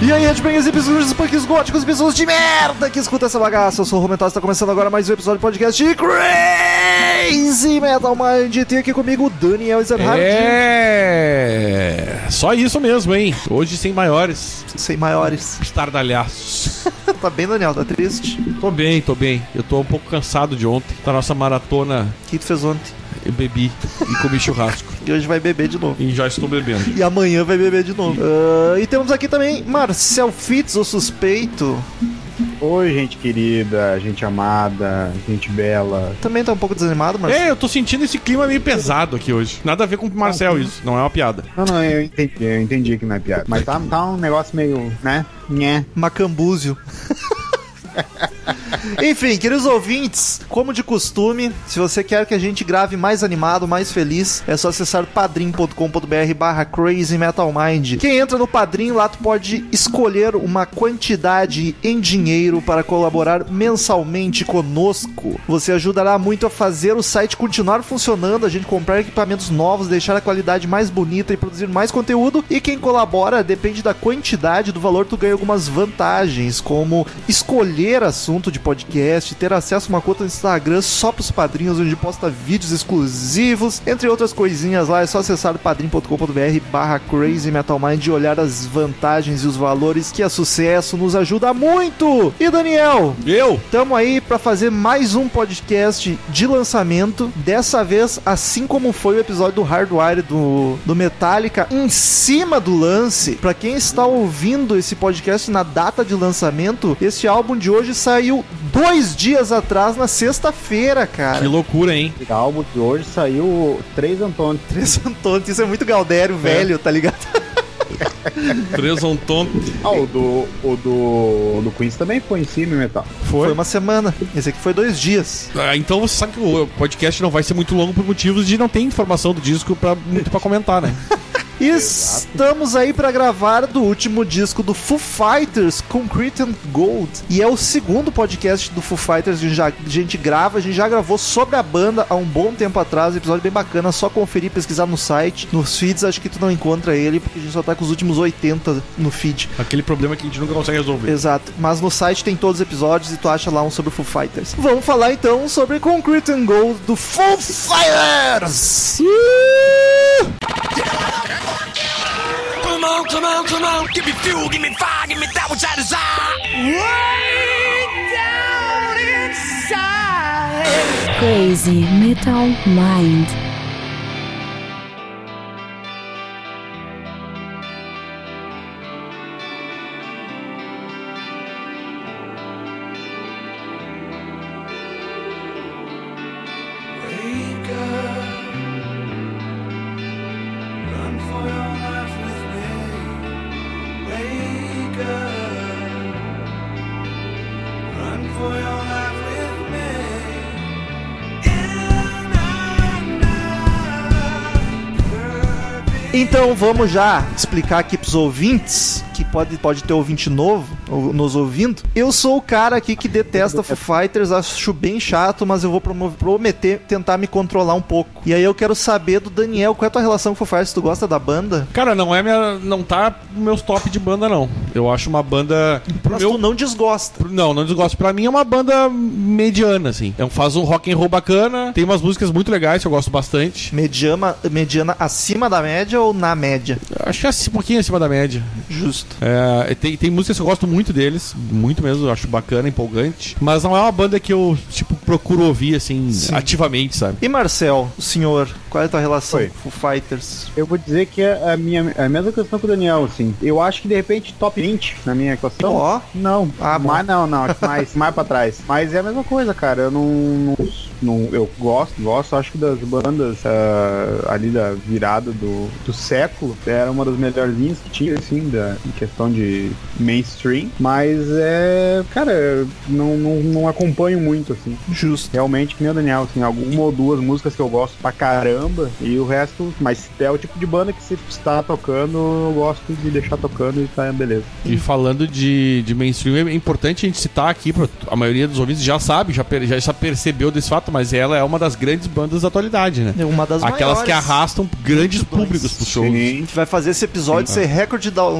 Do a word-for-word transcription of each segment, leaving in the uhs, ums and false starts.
E aí, headbangers e pessoas punks góticos, pessoas de merda que escuta essa bagaça. Eu sou o Romental, está começando agora mais um episódio do podcast de Crazy Metal Mind. Tem aqui comigo o Daniel Ezerhard. É, só isso mesmo, hein? Hoje sem maiores. Sem maiores. Estardalhaços. Tá bem, Daniel? Tá triste? Tô bem, tô bem. Eu tô um pouco cansado de ontem. Da nossa maratona. O que tu fez ontem? Eu bebi e comi churrasco. E hoje vai beber de novo. E já estou bebendo. E amanhã vai beber de novo. Uh, e temos aqui também Marcel Fitz, o suspeito. Oi, gente querida, gente amada, gente bela. Também tá um pouco desanimado, Marcel? É, eu tô sentindo esse clima meio pesado aqui hoje. Nada a ver com o Marcel isso, não é uma piada. Não, não, eu entendi, eu entendi que não é piada. Mas tá, tá um negócio meio, né? Nhé. Macambúzio. Enfim, queridos ouvintes, como de costume, se você quer que a gente grave mais animado, mais feliz, é só acessar padrim.com.br barra Crazy Metal Mind. Quem entra no Padrim, lá tu pode escolher uma quantidade em dinheiro para colaborar mensalmente conosco. Você ajudará muito a fazer o site continuar funcionando, a gente comprar equipamentos novos, deixar a qualidade mais bonita e produzir mais conteúdo. E quem colabora, depende da quantidade do valor, tu ganha algumas vantagens, como escolher assunto de podcast, ter acesso a uma conta no Instagram só pros padrinhos, onde posta vídeos exclusivos, entre outras coisinhas lá. É só acessar padrim.com.br barra Crazy Metal Mind e olhar as vantagens e os valores, que é sucesso, nos ajuda muito. E Daniel, eu tamo aí pra fazer mais um podcast de lançamento, dessa vez assim como foi o episódio do Hardwire do, do Metallica, em cima do lance. Pra quem está ouvindo esse podcast na data de lançamento, esse álbum de hoje saiu dois dias atrás, na sexta-feira, cara. Que loucura, hein? O álbum de hoje saiu Três Antônio. Três Antônio, isso é muito Galdério, é. velho, tá ligado? Três Antônio. Ah, o do, o do, do Queens também foi em cima, Metal. Foi? Foi uma semana. Esse aqui foi dois dias. Ah, então você sabe que o podcast não vai ser muito longo por motivos de não ter informação do disco pra, muito pra comentar, né? Estamos aí pra gravar do último disco do Foo Fighters, Concrete and Gold. E é o segundo podcast do Foo Fighters que a gente grava. A gente já gravou sobre a banda há um bom tempo atrás. Um episódio bem bacana, só conferir, pesquisar no site. Nos feeds acho que tu não encontra ele, porque a gente só tá com os últimos oitenta no feed. Aquele problema que a gente nunca consegue resolver. Exato, mas no site tem todos os episódios e tu acha lá um sobre o Foo Fighters. Vamos falar então sobre Concrete and Gold do Foo Fighters. Come on, come on, come on, give me fuel, give me fire, give me that which I desire. Way down inside. Crazy Metal Mind. Então vamos já explicar aqui pros ouvintes, que pode, pode ter ouvinte novo ou, nos ouvindo. Eu sou o cara aqui que detesta Foo Fighters, acho bem chato, mas eu vou prometer tentar me controlar um pouco. E aí eu quero saber do Daniel, qual é a tua relação com Foo Fighters? Tu gosta da banda? Cara, não é minha, não tá nos meus top de banda, não. Eu acho uma banda... Mas meu, tu não desgosta? Não, não desgosto. Pra mim é uma banda mediana, assim. É um, faz um rock and roll bacana, tem umas músicas muito legais que eu gosto bastante. Mediana, mediana acima da média ou na média? Acho que é um pouquinho acima da média. Justo. É, tem, tem músicas que eu gosto muito deles, muito mesmo, eu acho bacana, empolgante. Mas não é uma banda que eu, tipo, procuro ouvir, assim, Sim. ativamente, sabe? E Marcel, o senhor, qual é a tua relação Oi. com Foo Fighters? Eu vou dizer que é a, minha, a mesma questão com o Daniel, assim. Eu acho que, de repente, top vinte na minha equação. Ó. Oh. Não. Ah, mas não, não. Mais, mais pra trás. Mas é a mesma coisa, cara. Eu não... não... Não, eu gosto, gosto, acho que das bandas uh, ali da virada do, do século, era uma das melhorzinhas que tinha, assim, da, em questão de mainstream, mas é, cara, não, não, não acompanho muito, assim. Justo. Realmente, que nem o Daniel, assim, alguma ou duas músicas que eu gosto pra caramba, e o resto, mas é o tipo de banda que se está tocando, eu gosto de deixar tocando e tá, beleza. E falando de, de mainstream, é importante a gente citar aqui, a maioria dos ouvintes já sabe, já, já, já percebeu desse fato, mas ela é uma das grandes bandas da atualidade, né? É uma das Aquelas maiores. que arrastam grandes públicos pros shows. A gente vai fazer esse episódio Sim. ser recorde de download.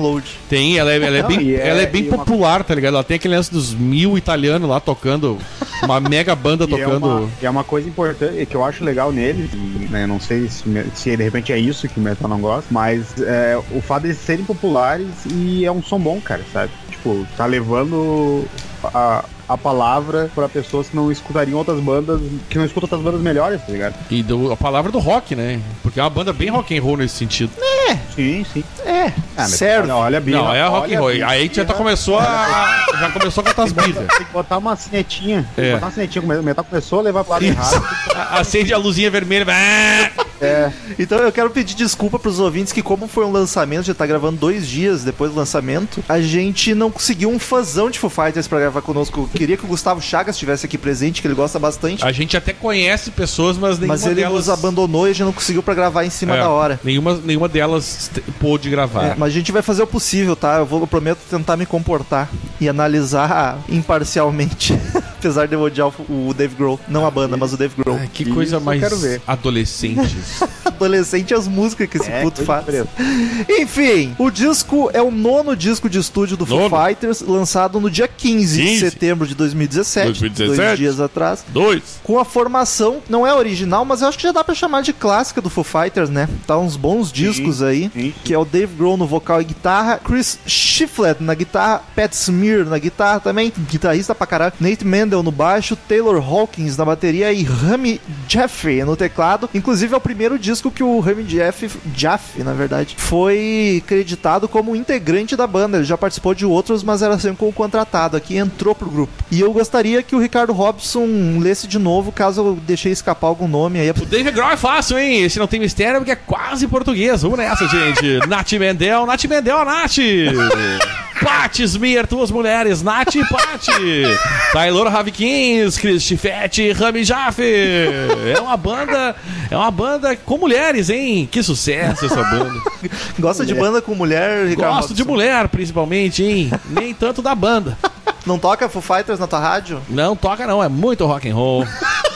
Tem, ela é, ela é Não, bem, e é- ela é bem e uma- popular, tá ligado? Ela tem aquele lance dos mil italianos lá tocando, uma mega banda E é tocando. uma, e é uma coisa importante que eu acho legal nele, e, né, não sei se, se de repente é isso que o metal não gosta, mas é, o fato de eles serem populares e é um som bom, cara, sabe? Tipo, tá levando a, a palavra pra pessoas que não escutariam outras bandas, que não escutam outras bandas melhores, tá ligado? E do, a palavra do rock, né? Porque é uma banda bem rock and roll nesse sentido. Sim, sim. É, Ah, mas serve. Olha, olha a birra, Não, é rock olha and roll. a birra. Aí já tá, começou a. Já começou a cantar as birras. Tem que botar uma cinetinha. Tem É. que botar uma cinetinha. O metal começou a levar pro lado errado. A- Acende a luzinha vermelha. É. Então eu quero pedir desculpa pros ouvintes que, como foi um lançamento, já tá gravando dois dias depois do lançamento, a gente não conseguiu um fãzão de Foo Fighters pra gravar conosco. Eu queria que o Gustavo Chagas estivesse aqui presente, que ele gosta bastante, A gente até conhece pessoas, mas nenhuma mas ele delas. nos abandonou e a gente não conseguiu pra gravar em cima É, da hora. Nenhuma, nenhuma delas te- pôde gravar. É, mas a gente vai fazer o possível, tá? Eu, vou, eu prometo tentar me comportar e analisar imparcialmente. Apesar de eu odiar o, o Dave Grohl. Não a banda, mas o Dave Grohl. Ai, que Isso coisa eu mais quero ver. adolescente. Adolescente as músicas que esse É, puto coisa faz. preta. Enfim, o disco é o nono disco de estúdio do Foo Nono. Fighters, lançado no dia quinze, de quinze. setembro de dois mil e dezessete, dois mil e dezessete. dois dias atrás. Dois. Com a formação, não é original, mas eu acho que já dá pra chamar de clássica do Foo Fighters, né? Tá uns bons discos aí, sim. que é o Dave Grohl no vocal e guitarra, Chris Shiflett na guitarra, Pat Smear na guitarra também, guitarrista pra caralho, Nate Mendel no baixo, Taylor Hawkins na bateria e Rami Jaffe no teclado. Inclusive é o primeiro disco que o Rami Jaffe, Jaffe, na verdade, foi creditado como integrante da banda. Ele já participou de outros, mas era sempre como contratado. Aqui entrou pro grupo. E eu gostaria que o Ricardo Robson lesse de novo, caso eu deixei escapar algum nome aí. O Dave Grohl é fácil, hein? Esse não tem mistério porque é quase português. Vamos nessa, gente. Nath Mendel, Nath Mendel, Nath. Pat Smear, duas mulheres, Nath e Pat. Taylor Havikins, Chris Tifetti, Rami Jaffe. É uma banda, é uma banda com mulheres, hein? Que sucesso essa banda. Gosta de banda com mulher, Ricardo Gosto de Robson? mulher, principalmente, hein? Nem tanto da banda. Não toca Foo Fighters na tua rádio? Não toca não, é muito rock and roll.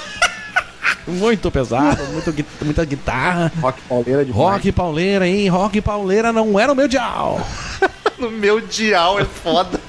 Muito pesado, muito, gui- muita guitarra. Rock pauleira de Rock pauleira, hein? Rock pauleira não era o meu dial. No meu dial é foda.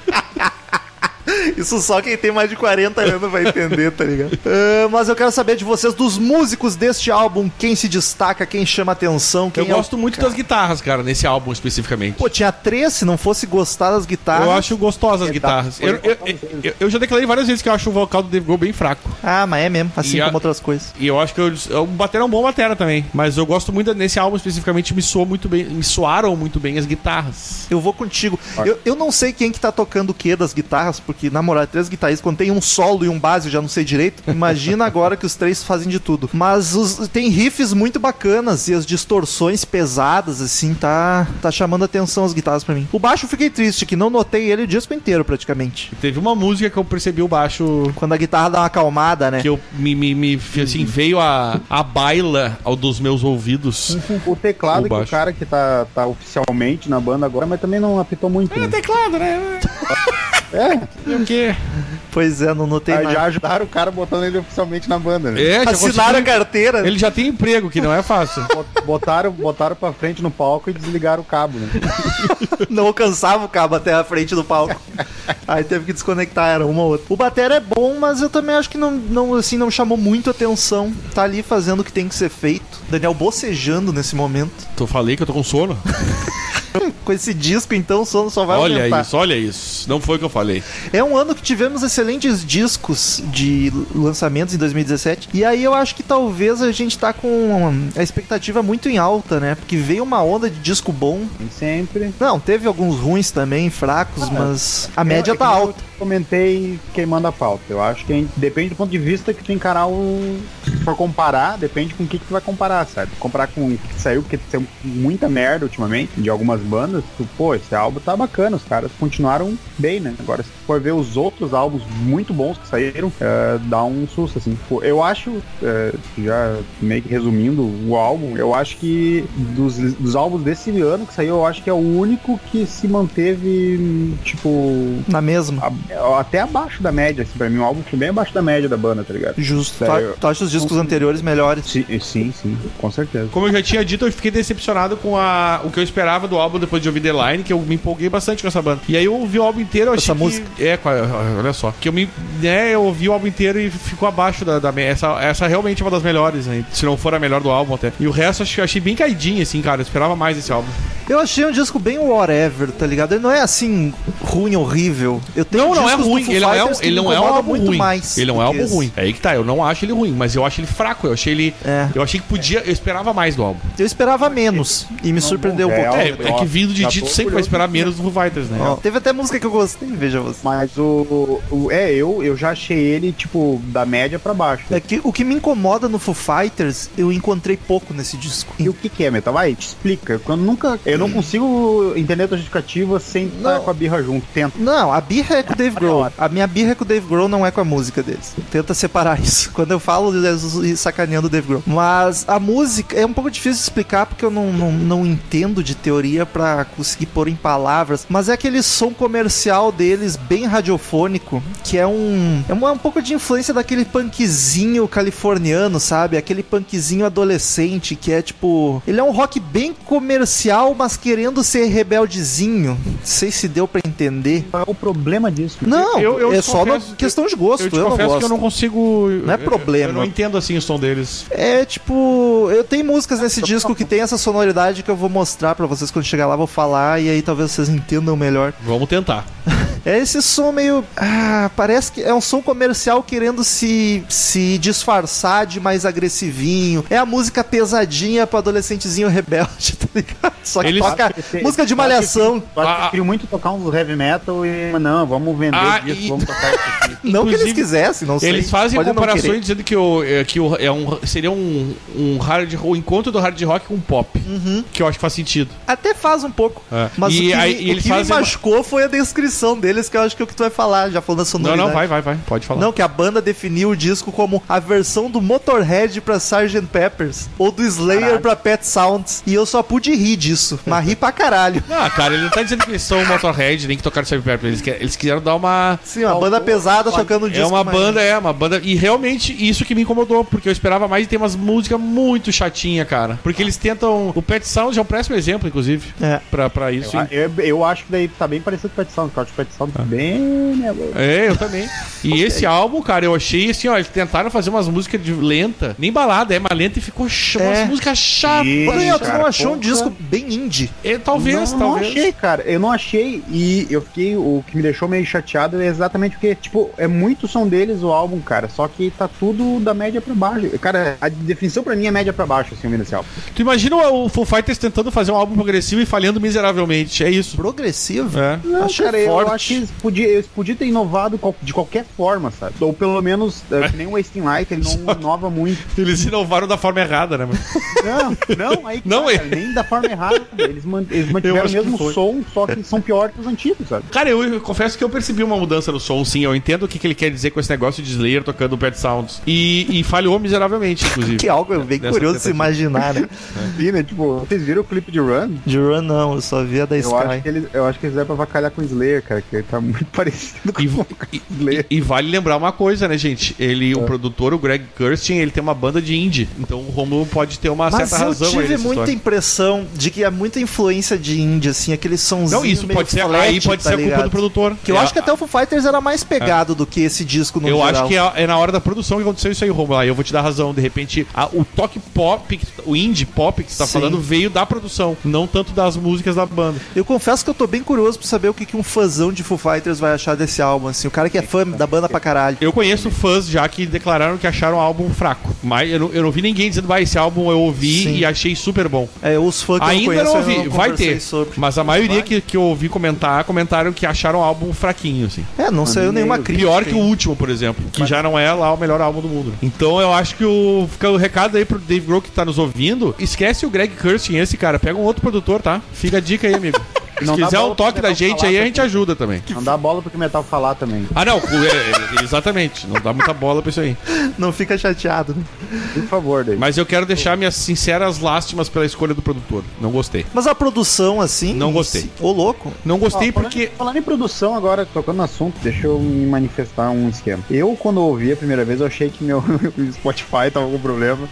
Isso só quem tem mais de quarenta anos vai entender, tá ligado? Ah, mas eu quero saber de vocês, dos músicos deste álbum, quem se destaca, quem chama atenção, quem Eu é o- gosto muito das guitarras, cara, nesse álbum especificamente. Pô, tinha três, se não fosse gostar das guitarras. Eu acho gostosas as É, guitarras. tá, Eu, foi- eu, eu- eu já declarei várias vezes que eu acho o vocal do Dave Grohl bem fraco. Ah, mas é mesmo, assim E a- como outras coisas. E eu acho que eu, o batera é um bom batera também. Mas eu gosto muito nesse álbum especificamente, me soou muito bem, me soaram muito bem as guitarras. Eu vou contigo. Eu, eu não sei quem que tá tocando o que das guitarras, porque, na moral, três guitarristas, quando tem um solo e um base, eu já não sei direito. Imagina agora que os três fazem de tudo. Mas os- tem riffs muito bacanas e as distorções pesadas, assim, tá, tá chamando atenção as guitarras pra mim. O baixo eu fiquei triste, que não notei ele o disco inteiro, praticamente. Teve uma música que eu percebi o baixo Quando a guitarra dá uma acalmada, né? que eu me, me, me- assim, veio a, a baila ao dos meus ouvidos. O teclado, O que o baixo. cara que tá, tá oficialmente na banda agora, mas também não apitou muito. né? Teclado, né? É, E o quê? Pois é, não notei aí nada. já ajudaram o cara botando ele oficialmente na banda, né? É, já Assinaram a conseguiu- carteira. Ele já tem emprego, que não é fácil. Botaram, botaram pra frente no palco e desligaram o cabo, né? Não alcançava o cabo até a frente do palco. Aí teve que desconectar, era uma ou outra. O batera é bom, mas eu também acho que não, não, assim, não chamou muito atenção. Tá ali fazendo o que tem que ser feito. Daniel bocejando nesse momento. Eu falei que eu tô com sono. Com esse disco, então, o sono só vai Olha aumentar. isso, olha isso. Não foi o que eu falei. É um ano que tivemos excelentes discos de lançamentos em dois mil e dezessete. E aí eu acho que talvez a gente tá com a expectativa muito em alta, né? Porque veio uma onda de disco bom. Tem sempre. Não, teve alguns ruins também, fracos, mas a média É, é tá que nem alta. Eu comentei queimando a pauta. Eu acho que a gente- depende do ponto de vista que tu encarar o. Se for comparar, depende com o que, que tu vai comparar, sabe? Comparar com o que saiu, porque saiu muita merda ultimamente, de algumas bandas, tu, pô, esse álbum tá bacana, os caras continuaram bem, né? Agora, se for ver os outros álbuns muito bons que saíram, é, dá um susto, assim. Pô, eu acho, é, já meio que resumindo o álbum, eu acho que dos, dos álbuns desse ano que saiu, eu acho que é o único que se manteve, tipo... Na mesma. A, até abaixo da média, assim, pra mim, um álbum que bem abaixo da média da banda, tá ligado? Justo. É, Tu, tu acha os discos anteriores melhores? Sim, sim, sim, com certeza. Como eu já tinha dito, eu fiquei decepcionado com a, o que eu esperava do álbum depois de ouvir The Line, que eu me empolguei bastante com essa banda. E aí eu ouvi o álbum inteiro, eu achei Essa que... música. É, olha só. Que eu me... Né, eu ouvi o álbum inteiro e ficou abaixo da... da essa, essa realmente é uma das melhores, né? Se não for a melhor do álbum até. E o resto eu achei bem caidinho, assim, cara. Eu esperava mais esse álbum. Eu achei um disco bem whatever, tá ligado? Ele não é assim, ruim, horrível. Eu tenho Não, não é discos do ruim. Foo Ele não é, Fighters que ele me não é um incomodam álbum muito ruim. mais Ele não do é que álbum esse. ruim. É aí que tá. Eu não acho ele ruim, mas eu acho ele fraco. Eu achei ele... É. Eu achei que podia... Eu esperava mais do álbum. Eu esperava menos e me surpreendeu um é, pouco. É, eu- é que vindo de já Tito tô sempre vai curioso. esperar menos do Foo Fighters, né? Ó, teve até música que eu gostei, veja você. Mas o, o- É, eu, eu já achei ele, tipo, da média pra baixo. É que o que me incomoda no Foo Fighters, eu encontrei pouco nesse disco. E o que que é, Metal? Vai, te explica. Eu nunca... Eu não consigo entender a tua justificativa sem estar Não. com a birra junto. Tenta. Não, a birra é com o Dave Grohl. A minha birra é com o Dave Grohl, não é com a música deles. Tenta separar isso. Quando eu falo, eu sacaneando o Dave Grohl. Mas a música é um pouco difícil de explicar porque eu não, não, não entendo de teoria pra conseguir pôr em palavras. Mas é aquele som comercial deles, bem radiofônico, que é um... É um, é um pouco de influência daquele punkzinho californiano, sabe? Aquele punkzinho adolescente que é tipo... Ele é um rock bem comercial, mas querendo ser rebeldezinho. Não sei se deu pra entender. Qual é o problema disso? Não, Eu- eu é te só confesso- uma questão de gosto. Eu Eu, te não confesso gosto. que eu não consigo... Não é problema. Eu, eu não entendo, assim, o som deles. É tipo, eu tenho músicas nesse disco que tem essa sonoridade que eu vou mostrar pra vocês quando chegar lá, vou falar e aí talvez vocês entendam melhor. Vamos tentar. É esse som meio, ah, parece que é um som comercial querendo se se disfarçar de mais agressivinho. É a música pesadinha pro adolescentezinho rebelde, tá ligado? Só que Eles- toca música de malhação. Eu acho Ah, que eles queriam muito tocar uns heavy metal e... Não, vamos vender Ah, disso, e- vamos tocar isso aqui. Não que eles Inclusive, quisessem, não sei. Eles fazem Pode não comparações querer. dizendo que, o, é, que o, é um, seria um, um hard o encontro do hard rock com pop. Uhum. Que eu acho que faz sentido. Até faz um pouco. É. Mas E o que, aí- me, e o eles que me fazem uma- machucou foi a descrição deles, que eu acho que é o que tu vai falar, já falando da Não, sonoridade. não, vai, vai, vai. Pode falar. Não, que a banda definiu o disco como a versão do Motorhead pra sergeant Peppers ou do Slayer Caralho. pra Pet Sounds. E eu só pude rir disso, mas ri pra caralho. Ah, cara, ele não tá dizendo que eles são Motorhead, nem que tocaram Serve Pepper. Eles, quer- eles quiseram dar uma... Sim, uma banda pesada tocando disco. É uma mais- banda, é, uma banda... E realmente, isso que me incomodou, porque eu esperava mais e tem umas músicas muito chatinha, cara. Porque eles tentam... O Pet Sounds é um péssimo exemplo, inclusive, É. pra, pra isso. Eu, eu, eu acho que daí tá bem parecido com o Pet Sound, porque eu acho o Pet Sound bem... né, É, eu também. E esse álbum, cara, eu achei assim, ó, eles tentaram fazer umas músicas de lenta, nem balada, é mais lenta e ficou ch- É. umas músicas chatas. Ih, Daniel, tu não cara, achou um porra. disco bem indie? É, talvez, não, talvez. não achei, cara. Eu não achei. E eu fiquei. O que me deixou meio chateado é exatamente porque, tipo, é muito som deles o álbum, cara. Só que tá tudo da média pra baixo. Cara, a definição pra mim é média pra baixo, assim, o nesse álbum. Tu imagina o Foo Fighters tentando fazer um álbum progressivo e falhando miseravelmente. É isso. Progressivo? É. Não, Achei cara, forte. eu acho que eles podiam, eles podiam ter inovado qual- de qualquer forma, sabe? Ou pelo menos, é, que nem o Wasting Light, ele não inova muito. Eles inovaram da forma errada, né, mano? Não, não, aí que Não, tá, é. cara, nem da forma errada. Eles, man- eles mantiveram Eu o acho que mesmo foi. som, só que são piores que os antigos, sabe? Cara, eu, eu confesso que eu percebi uma mudança no som, sim. Eu entendo o que, que ele quer dizer com esse negócio de Slayer tocando Pet Sounds. E, e falhou miseravelmente, inclusive. Que é algo bem Dessa curioso de se tentativa. imaginar, né? E, né, tipo, vocês viram o clipe de Run? De Run não, eu só vi a da Eu acho, Sky. que eles, eu acho que eles é pra avacalhar com o Slayer, cara, que ele tá muito parecido com E, o e- Slayer. e vale lembrar uma coisa, né, gente? Ele, o produtor, o Greg Kurstin, ele tem uma banda de indie. Então o Romulo pode ter uma Mas certa eu razão aí tive nessa muita história. impressão de que há muita influência de indie, assim, aquele sonzinho Não, isso meio pode ser. flat, Aí pode tá ser a culpa ligado? do produtor. Que eu É, acho que até o Foo Fighters era mais pegado do que esse disco no Eu geral. acho que é, é na hora da produção que aconteceu isso aí, Romulo. Aí eu vou te dar razão. De repente, a- o toque pop, que tu- o indie pop que você tá Sim. falando, veio da produção, não tanto das músicas da banda. Eu confesso que eu tô bem curioso pra saber o que, que um fãzão de Foo Fighters vai achar desse álbum, assim. O cara que é fã da banda pra caralho. Eu conheço fãs já que declararam que acharam o álbum fraco. Mas eu não, eu não vi ninguém dizendo, vai, esse álbum eu ouvi Sim. e achei super bom. É, os fãs que eu Ainda conheço, não eu ouvi, vai conversei ter. sobre. Mas a maioria que, que eu ouvi comentar, comentaram que acharam o álbum fraquinho, assim. É, não saiu nenhuma crítica. Pior que o hein? último, por exemplo, que já não é lá o melhor álbum do mundo. Então eu acho que o, fica o recado aí pro Dave Grohl que tá nos ouvindo, esquece o Greg Kurstin, esse cara, pega um outro produtor, tá? Fica a dica aí, amigo. Se Não dá quiser bola um toque pro da metal gente falar aí, a também. gente ajuda também. Não dá bola porque o metal falar também. Ah, não, é, é, exatamente. Não dá muita bola pra isso aí. Não fica chateado, né? Por favor, daí. Mas eu quero deixar minhas sinceras lástimas pela escolha do produtor. Não gostei. Mas a produção, assim... Não gostei. Ô, louco. Não gostei Ó, falando- porque... Falando em produção agora, tocando no assunto, deixa eu me manifestar um esquema. Eu, quando ouvi a primeira vez, eu achei que meu Spotify tava com problema.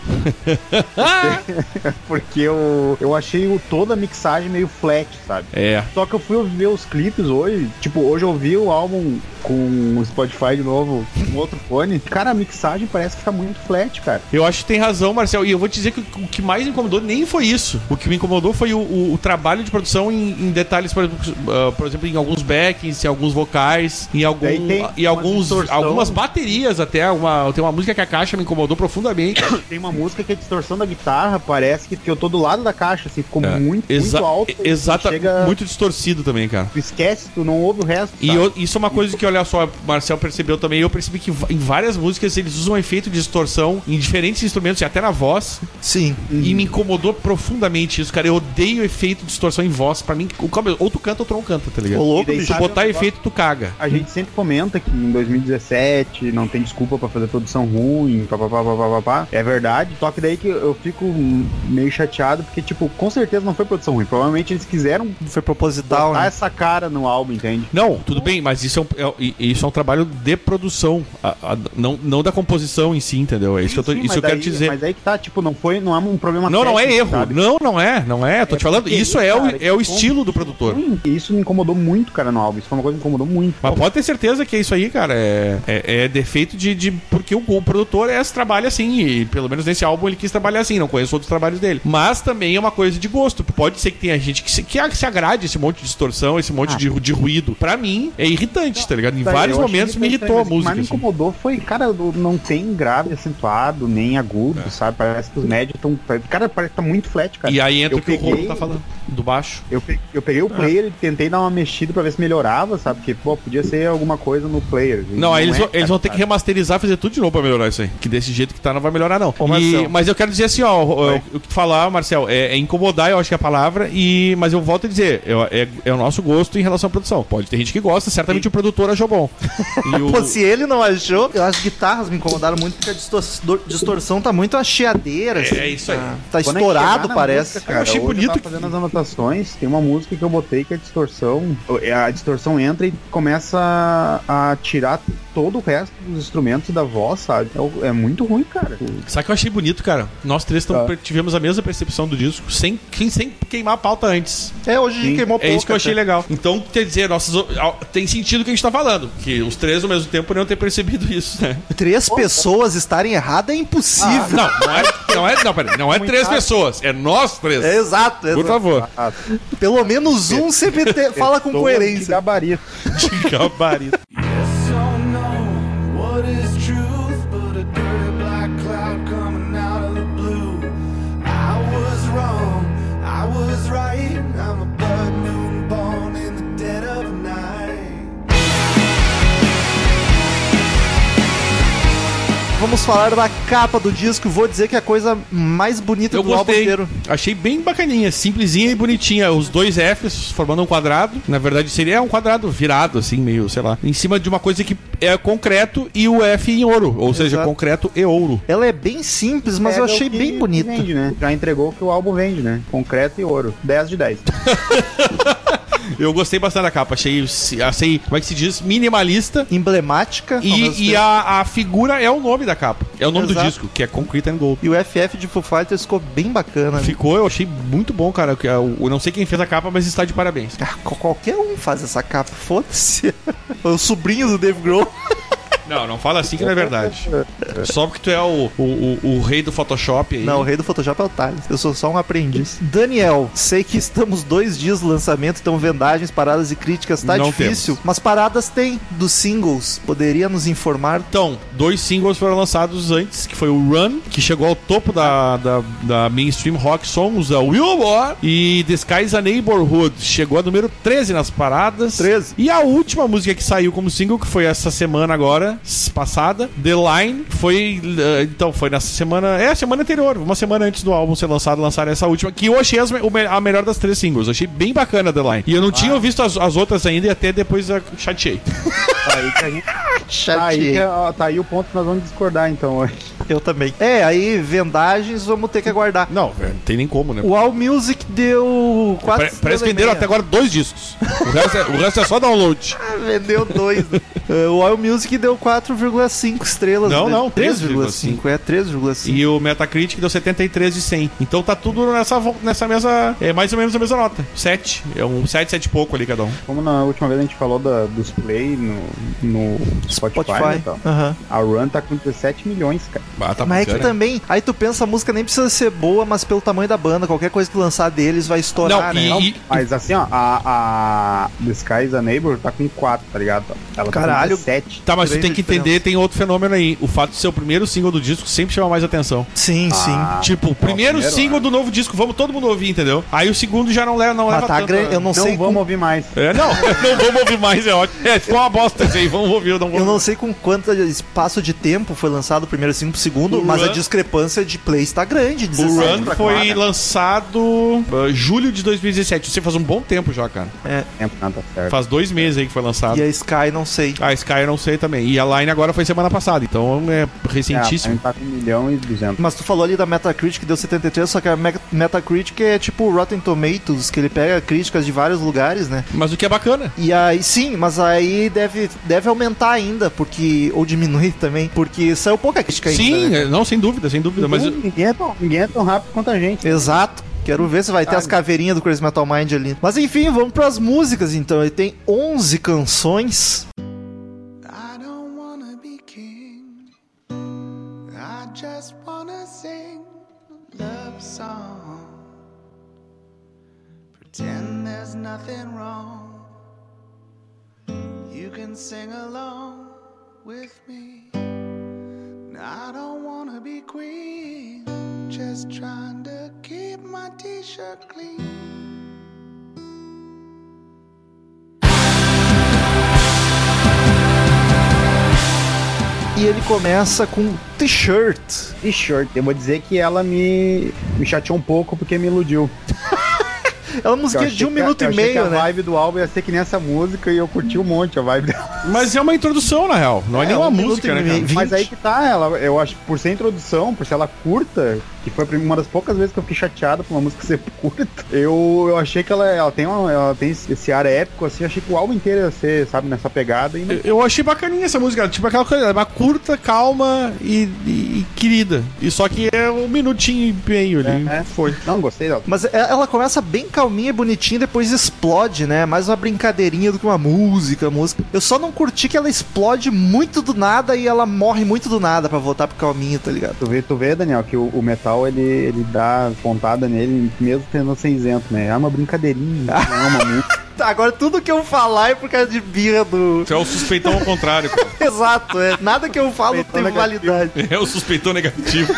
Porque eu, eu achei o, toda a mixagem meio flat, sabe? É. Só que eu fui ver os clipes hoje, tipo, hoje eu vi o álbum com o Spotify de novo, com outro fone. Cara, a mixagem parece ficar muito flat, cara. Eu acho que tem razão, Marcel. E eu vou te dizer que o que mais me incomodou nem foi isso. O que me incomodou foi o, o, o trabalho de produção em, em detalhes, por, uh, por exemplo, em alguns backings, em alguns vocais, em, algum, Daí tem em uma alguns, distorção. algumas baterias até. Uma, tem uma música que a caixa me incomodou profundamente. Tem uma música que a distorção da guitarra parece que, que eu tô do lado da caixa, assim, ficou É, muito, exa- muito alto. e Exata, chega, muito distorcido também, cara. Tu esquece, tu não ouve o resto. E sabe? eu- isso é uma coisa que, olha só, o Marcel percebeu também. Eu percebi que em várias músicas eles usam efeito de distorção em diferentes instrumentos, e até na voz. Sim. E me incomodou profundamente isso, cara. Eu odeio efeito de distorção em voz. Pra mim, o- ou tu canta ou tu não canta, tá ligado? Ô, louco, E daí bicho. Se sabe botar o negócio? efeito, tu caga. A gente sempre comenta que em dois mil e dezessete não tem desculpa pra fazer produção ruim, papapá, papapá. É verdade. Só que daí que eu fico meio chateado, porque, tipo, com certeza não foi produção ruim. Provavelmente eles quiseram Foi proposital, botar né? essa cara no álbum, entende? Não, tudo bem, mas isso é um, é- i- isso é um trabalho de produção, a- a- não, não da composição em si, entendeu? É isso que eu, tô, Sim, isso mas eu quero daí- te dizer. Mas aí que tá, tipo, não foi, não é um problema Não, não é técnico, erro. sabe? Não, não é, não é. Tô É te falando, porque, isso é o, cara, é o que estilo do produtor. Ruim. E isso me incomodou muito, cara, no álbum. Isso foi uma coisa que me incomodou muito. Mas pode ter certeza que é isso aí, cara. É, é, é defeito de, de. Porque o, o produtor é, trabalha assim. E pelo menos nesse álbum ele quis trabalhar assim. Não conheço outros trabalhos dele. Mas também é uma coisa de gosto. Pode ser que tenha gente que se, que se agrade esse monte de distorção, esse monte Ah. de, de ruído. Pra mim, é irritante, tá ligado? Em Daí, vários eu achei momentos me irritante, irritou a mas O que música. mais me assim. incomodou foi, cara, não tem grave acentuado, nem agudo, É. sabe? Parece que os médios estão. Cara, parece que tá muito flat, cara. E aí entra Eu o que o peguei- Romulo tá falando. Do baixo. Eu, pe- eu peguei o player e tentei dar uma mexida pra ver se melhorava, sabe? Porque, pô, podia ser alguma coisa no player. E Não, aí eles, é, vão, eles cara, vão ter que sabe? remasterizar, fazer tudo de novo pra melhorar isso aí. Que desse jeito que tá não vai melhorar, não. Ô, E- Marcel. mas eu quero dizer assim, ó, o, Vai. o que tu falar, Marcel, é, é incomodar, eu acho que é a palavra, e, mas eu volto a dizer, é, é- é o nosso gosto em relação à produção. Pode ter gente que gosta, certamente o produtor achou bom. E o- Pô, se ele não achou, eu as guitarras me incomodaram muito porque a distor- distorção tá muito acheadeira. assim, É isso aí. Tá, tá Quando a gente estourado, chegar na parece. música, cara, Eu achei hoje bonito Eu tava que- fazendo as anotações, tem uma música que eu botei que a distorção. A distorção entra e começa a, a tirar todo o resto dos instrumentos e da voz, sabe? É, o- é muito ruim, cara. Sabe o que eu achei bonito, cara? Nós três tam- Tá. tivemos a mesma percepção do disco, sem, sem, sem queimar a pauta antes. É, hoje Sim. queimou É isso que eu pouco achei até. legal. Então, quer dizer, nossas, tem sentido o que a gente tá falando. Que os três ao mesmo tempo poderiam ter percebido isso, né? Três pessoas estarem erradas é impossível. Não, não é, não é, não, peraí, não é três pessoas, é nós três. É exato, Por exato. favor. Ah, Pelo menos um sempre te- fala com pessoas de coerência. gabarito. De gabarito. Yes or no, what is truth but a dirty black cloud coming out of the blue? I was wrong, I was right, I'm a blood moon born in the dead of night. Vamos falar da capa do disco. Vou dizer que é a coisa mais bonita Eu do álbum gostei. inteiro. Achei bem bacaninha, simplesinha e bonitinha. Os dois Fs formando um quadrado. Na verdade, seria um quadrado virado, assim, meio, sei lá. Em cima de uma coisa que é concreto e o F em ouro. Ou seja, Exato. concreto e ouro. Ela é bem simples, mas eu Pega achei o que bem bonita. Vende, né? Já entregou o que o álbum vende, né? Concreto e ouro. dez de dez. Eu gostei bastante da capa. Achei, achei como é que se diz? Minimalista. Emblemática. ao mesmo E, e tempo. a, a figura é o nome da capa. É o nome do Exato. disco, que é Concrete and Gold. E o F F de Foo Fighters ficou bem bacana. né? Ficou, eu achei muito bom, cara. que Eu eu não sei quem fez a capa, mas está de parabéns. Ah, qual- qualquer um faz essa capa, foda-se. O sobrinho do Dave Grohl. Não, não fala assim que não é verdade. Só porque tu é o, o, o, o rei do Photoshop aí. Não, o rei do Photoshop é o Thales. Eu sou só um aprendiz. Daniel, sei que estamos dois dias do lançamento, então vendagens, paradas e críticas tá Não difícil. temos. Mas paradas tem dos singles. Poderia nos informar? Então, dois singles foram lançados antes, que foi o Run, que chegou ao topo da, da, da mainstream rock songs, da Billboard, e The Sky's a Neighborhood, chegou a número treze nas paradas. treze. E a última música que saiu como single, que foi essa semana agora, passada. The Line foi, uh, então, foi nessa semana, é a semana anterior, uma semana antes do álbum ser lançado, lançaram essa última, que eu achei as, o, a melhor das três singles. Eu achei bem bacana The Line. E eu não ah. tinha visto as, as outras ainda e até depois eu chateei. Tá aí que a gente... Tá aí, que, ó, tá aí o ponto que nós vamos discordar, então, hoje. Eu também. É, aí vendagens vamos ter que aguardar. Não, não tem nem como, né? O All Music deu quatro. Pare, Parece que venderam até agora dois discos. O resto é, o resto é só download. Ah, vendeu dois. Né? uh, o All Music deu quatro vírgula cinco estrelas. Não, né? não, três vírgula cinco. É três vírgula cinco. E o Metacritic deu setenta e três de cem. Então tá tudo nessa, nessa mesma. É mais ou menos a mesma nota. sete. É um sete, sete e pouco ali cada um. Como na última vez a gente falou da, dos play no, no Spotify, Spotify. Né, então. Uhum. A Run tá com dezessete milhões, cara. Ah, tá mas é que também, aí tu pensa, a música nem precisa ser boa, mas pelo tamanho da banda, qualquer coisa que lançar deles vai estourar, não, né? E, não, e, mas assim, ó, a, a The Sky is a Neighbor tá com quatro, tá ligado? Ela Caralho. tá com dezessete. Tá, mas tu tem que entender, tem outro fenômeno aí. O fato de ser o primeiro single do disco sempre chama mais atenção. Sim, ah, sim. Tipo, o primeiro, primeiro single né? do novo disco, vamos todo mundo ouvir, entendeu? Aí o segundo já não leva, não leva tá tanto. Grande, eu não, não sei vamos com... ouvir mais. É, não, não vamos ouvir mais, é ótimo. É, ficou uma bosta isso aí, vamos ouvir. Não vamos... Eu não sei com quanto espaço de tempo foi lançado o primeiro single pro segundo, o mas Run... a discrepância de play está grande. O Run foi quatro. lançado uh, julho de dois mil e dezessete. Você faz um bom tempo já, cara. É. Tempo não tá certo. Faz dois meses aí que foi lançado. E a Sky, não sei. A Sky eu não sei também. E a Line agora foi semana passada, então é recentíssimo. É, a gente tá com um milhão e duzentos. Mas tu falou ali da Metacritic, deu setenta e três, só que a Metacritic é tipo o Rotten Tomatoes, que ele pega críticas de vários lugares, né? Mas o que é bacana. E aí, sim, mas aí deve, deve aumentar ainda, porque... Ou diminuir também, porque saiu pouca crítica ainda. Sim, né? não, sem dúvida, sem dúvida. Mas... Ninguém, é tão, ninguém é tão rápido quanto a gente. Exato. Quero ver se vai ter as caveirinhas do Crazy Metal Mind ali. Mas enfim, vamos pras músicas então. Ele tem onze canções. I don't wanna be king. I just wanna sing a love song. Pretend there's nothing wrong. You can sing along with me. I don't wanna be queen. Just trying to keep my t-shirt clean. E ele começa com T-shirt. T-shirt. Eu vou dizer que ela me, me chateou um pouco porque me iludiu. É uma música de um minuto e meio, que a né? A vibe do álbum ia ser que nem essa música e eu curti um monte a vibe dela. Mas é uma introdução, na real. Não é, é nenhuma um música, né, cara? Mas aí que tá, ela, eu acho que por ser introdução, por ser ela curta, que foi uma das poucas vezes que eu fiquei chateado por uma música ser curta, eu, eu achei que ela, ela, tem uma, ela tem esse ar épico, assim, achei que o álbum inteiro ia ser, sabe, nessa pegada. E não... eu, eu achei bacaninha essa música, tipo aquela coisa, ela é uma curta, calma e, e, e querida. E só que é um minutinho e meio ali. É, é. Foi. Não, gostei dela. Mas ela começa bem calminha, bonitinha, depois explode, né? Mais uma brincadeirinha do que uma música, música. Eu só não curti que ela explode muito do nada e ela morre muito do nada pra voltar pro calminho, tá ligado? Tu vê, tu vê, Daniel, que o, o metal, ele, ele dá pontada nele, mesmo tendo ser isento, né? É uma brincadeirinha, não é uma música. Agora tudo que eu falar é por causa de birra do... Você é o suspeitão ao contrário, cara. Exato, é. Nada que eu falo tem validade. É o suspeitão negativo.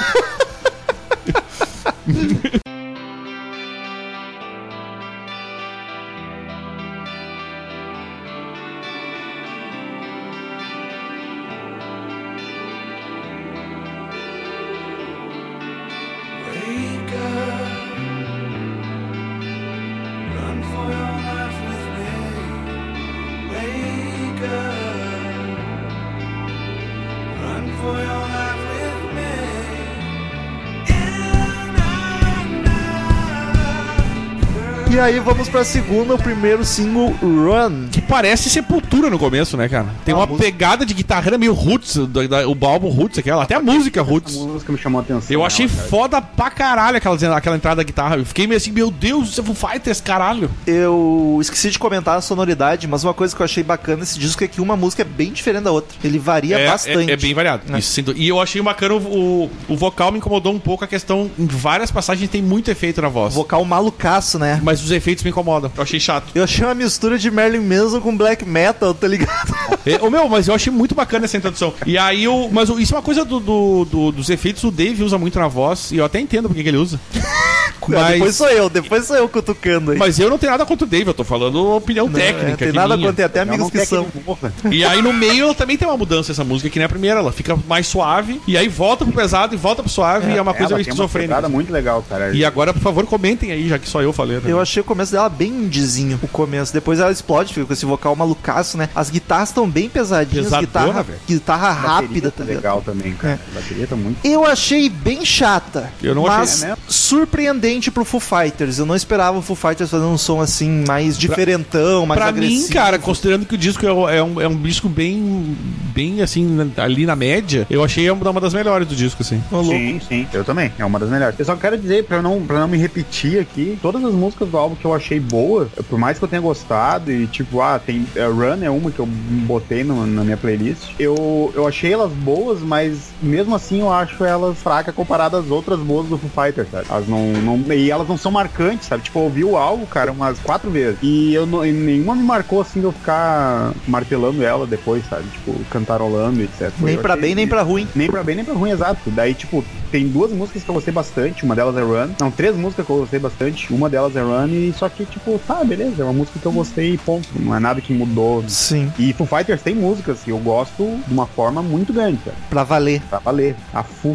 E aí vamos pra segunda, o primeiro single, Run. Que parece Sepultura no começo, né, cara? Tem ah, uma música... pegada de guitarra meio roots, do, da, o álbum roots, aquela, até a música roots. A música me chamou a atenção. Eu achei cara. foda pra caralho aquela, aquela entrada da guitarra. Eu fiquei meio assim, meu Deus, isso é Foo Fighters, caralho. Eu esqueci de comentar a sonoridade, mas uma coisa que eu achei bacana nesse disco é que uma música é bem diferente da outra. Ele varia é, bastante. É, é bem variado. É. Isso, e eu achei bacana, o, o vocal me incomodou um pouco, a questão, em várias passagens tem muito efeito na voz. Vocal malucaço, né? Mas os efeitos me incomodam. Eu achei chato. Eu achei uma mistura de Marilyn Manson com black metal, tá ligado? É, oh, meu, mas eu achei muito bacana essa introdução. E aí, eu, mas isso é uma coisa do, do, do, dos efeitos, o Dave usa muito na voz, e eu até entendo porque que ele usa. Mas- Depois sou eu, depois sou eu cutucando aí. Mas eu não tenho nada contra o Dave, eu tô falando opinião Não, técnica. é, tem que nada minha. contra, tem até Eu amigos não que quero são. ele morra. E aí no meio também tem uma mudança essa música, que nem a primeira, ela fica mais suave, e aí volta pro pesado e volta pro suave, e é uma coisa Ela meio tem uma esquizofrênica. pegada muito legal, cara. E agora, por favor, comentem aí, já que só eu falei. Né? Eu achei o começo dela bem indizinho, o começo. Depois ela explode, fica com esse vocal malucaço, né? As guitarras estão bem pesadinhas, Pesadona, guitarra, velho. guitarra A bateria rápida, tá tá ligado? legal também, cara. A bateria tá muito... Eu achei bem chata, Eu não mas achei, né? surpreendente pro Foo Fighters. Eu não esperava o Foo Fighters fazendo um som assim, mais diferentão, mais Pra agressivo. mim, cara, considerando que o disco é, um- é um, é um disco bem, bem assim, na- ali na média, eu achei uma uma das melhores do disco, assim. Ô, louco. Sim, sim, eu também. É uma das melhores. Eu só quero dizer, pra não, pra não me repetir aqui, todas as músicas do álbum que eu achei boa, por mais que eu tenha gostado, e tipo, ah, tem é, Run é uma que eu botei no- na minha playlist, eu, eu achei elas boas, mas mesmo assim eu acho elas fracas comparadas às outras boas do Foo Fighters, sabe? Elas não, não, e elas não são marcantes, sabe? Tipo, eu ouvi o álbum, cara, umas quatro vezes, e, eu não, e nenhuma me marcou assim de eu ficar martelando ela depois, sabe? Tipo, cantarolando, etcétera. Nem Eu pra achei- bem, nem pra ruim. Nem pra bem, nem pra ruim, exato. Daí, tipo, tem duas músicas que eu gostei bastante. Uma delas é Run. Não, três músicas que eu gostei bastante. Uma delas é Run. E só que, tipo, tá, beleza. É uma música que eu gostei e ponto. Não é nada que mudou. Sim, E Foo Fighters tem músicas que eu gosto de uma forma muito grande, cara. pra valer. Pra valer. A Foo.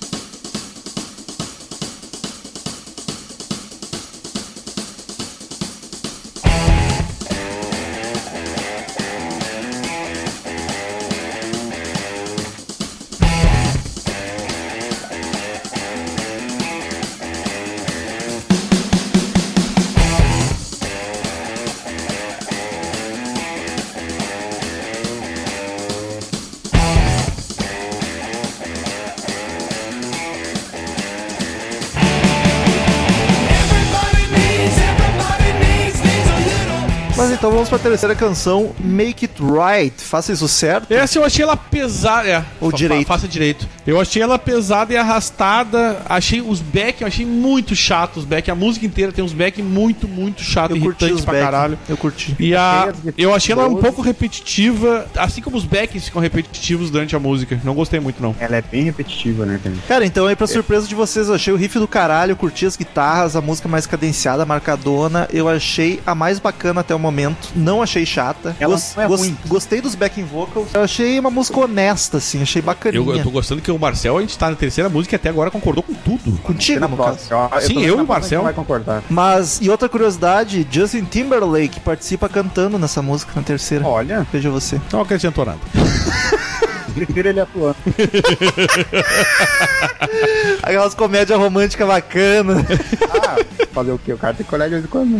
Everybody needs, everybody needs, needs a little. Mas então vamos pra terceira canção, Make It Right. Faça isso certo. Essa eu achei ela pesada. É, Ou fa- direito. fa- Faça direito. Eu achei ela pesada e arrastada. Achei os back, eu achei muito chato os back. A música inteira tem uns back muito, muito chato, Eu curti irritante os pra back. caralho. Eu curti. E a, Achei as guitarras eu achei ela um boas. pouco repetitiva, assim como os backs ficam repetitivos durante a música. Não gostei muito, não. Ela é bem repetitiva, né, cara? Cara, então aí pra surpresa de vocês, eu achei o riff do caralho, eu curti as guitarras, a música mais cadenciada, marcadona. Eu achei a mais bacana até o momento. Não achei chata. Ela não é ruim. Gostei dos backing vocals. Eu achei uma música honesta, assim. Achei bacaninha. Eu, eu tô gostando que o Marcel, a gente tá na terceira música e até agora concordou com tudo. Contigo, Na no caso. próxima. Eu, Sim, tô eu e o na próxima Marcel. que vai concordar. Mas, e outra curiosidade, Justin Timberlake participa cantando nessa música na terceira. Olha, Veja você. Não acrescentou nada. prefiro ele atuando. Aquelas comédias românticas bacanas. Ah, fazer o quê? O cara tem que olhar de vez em quando.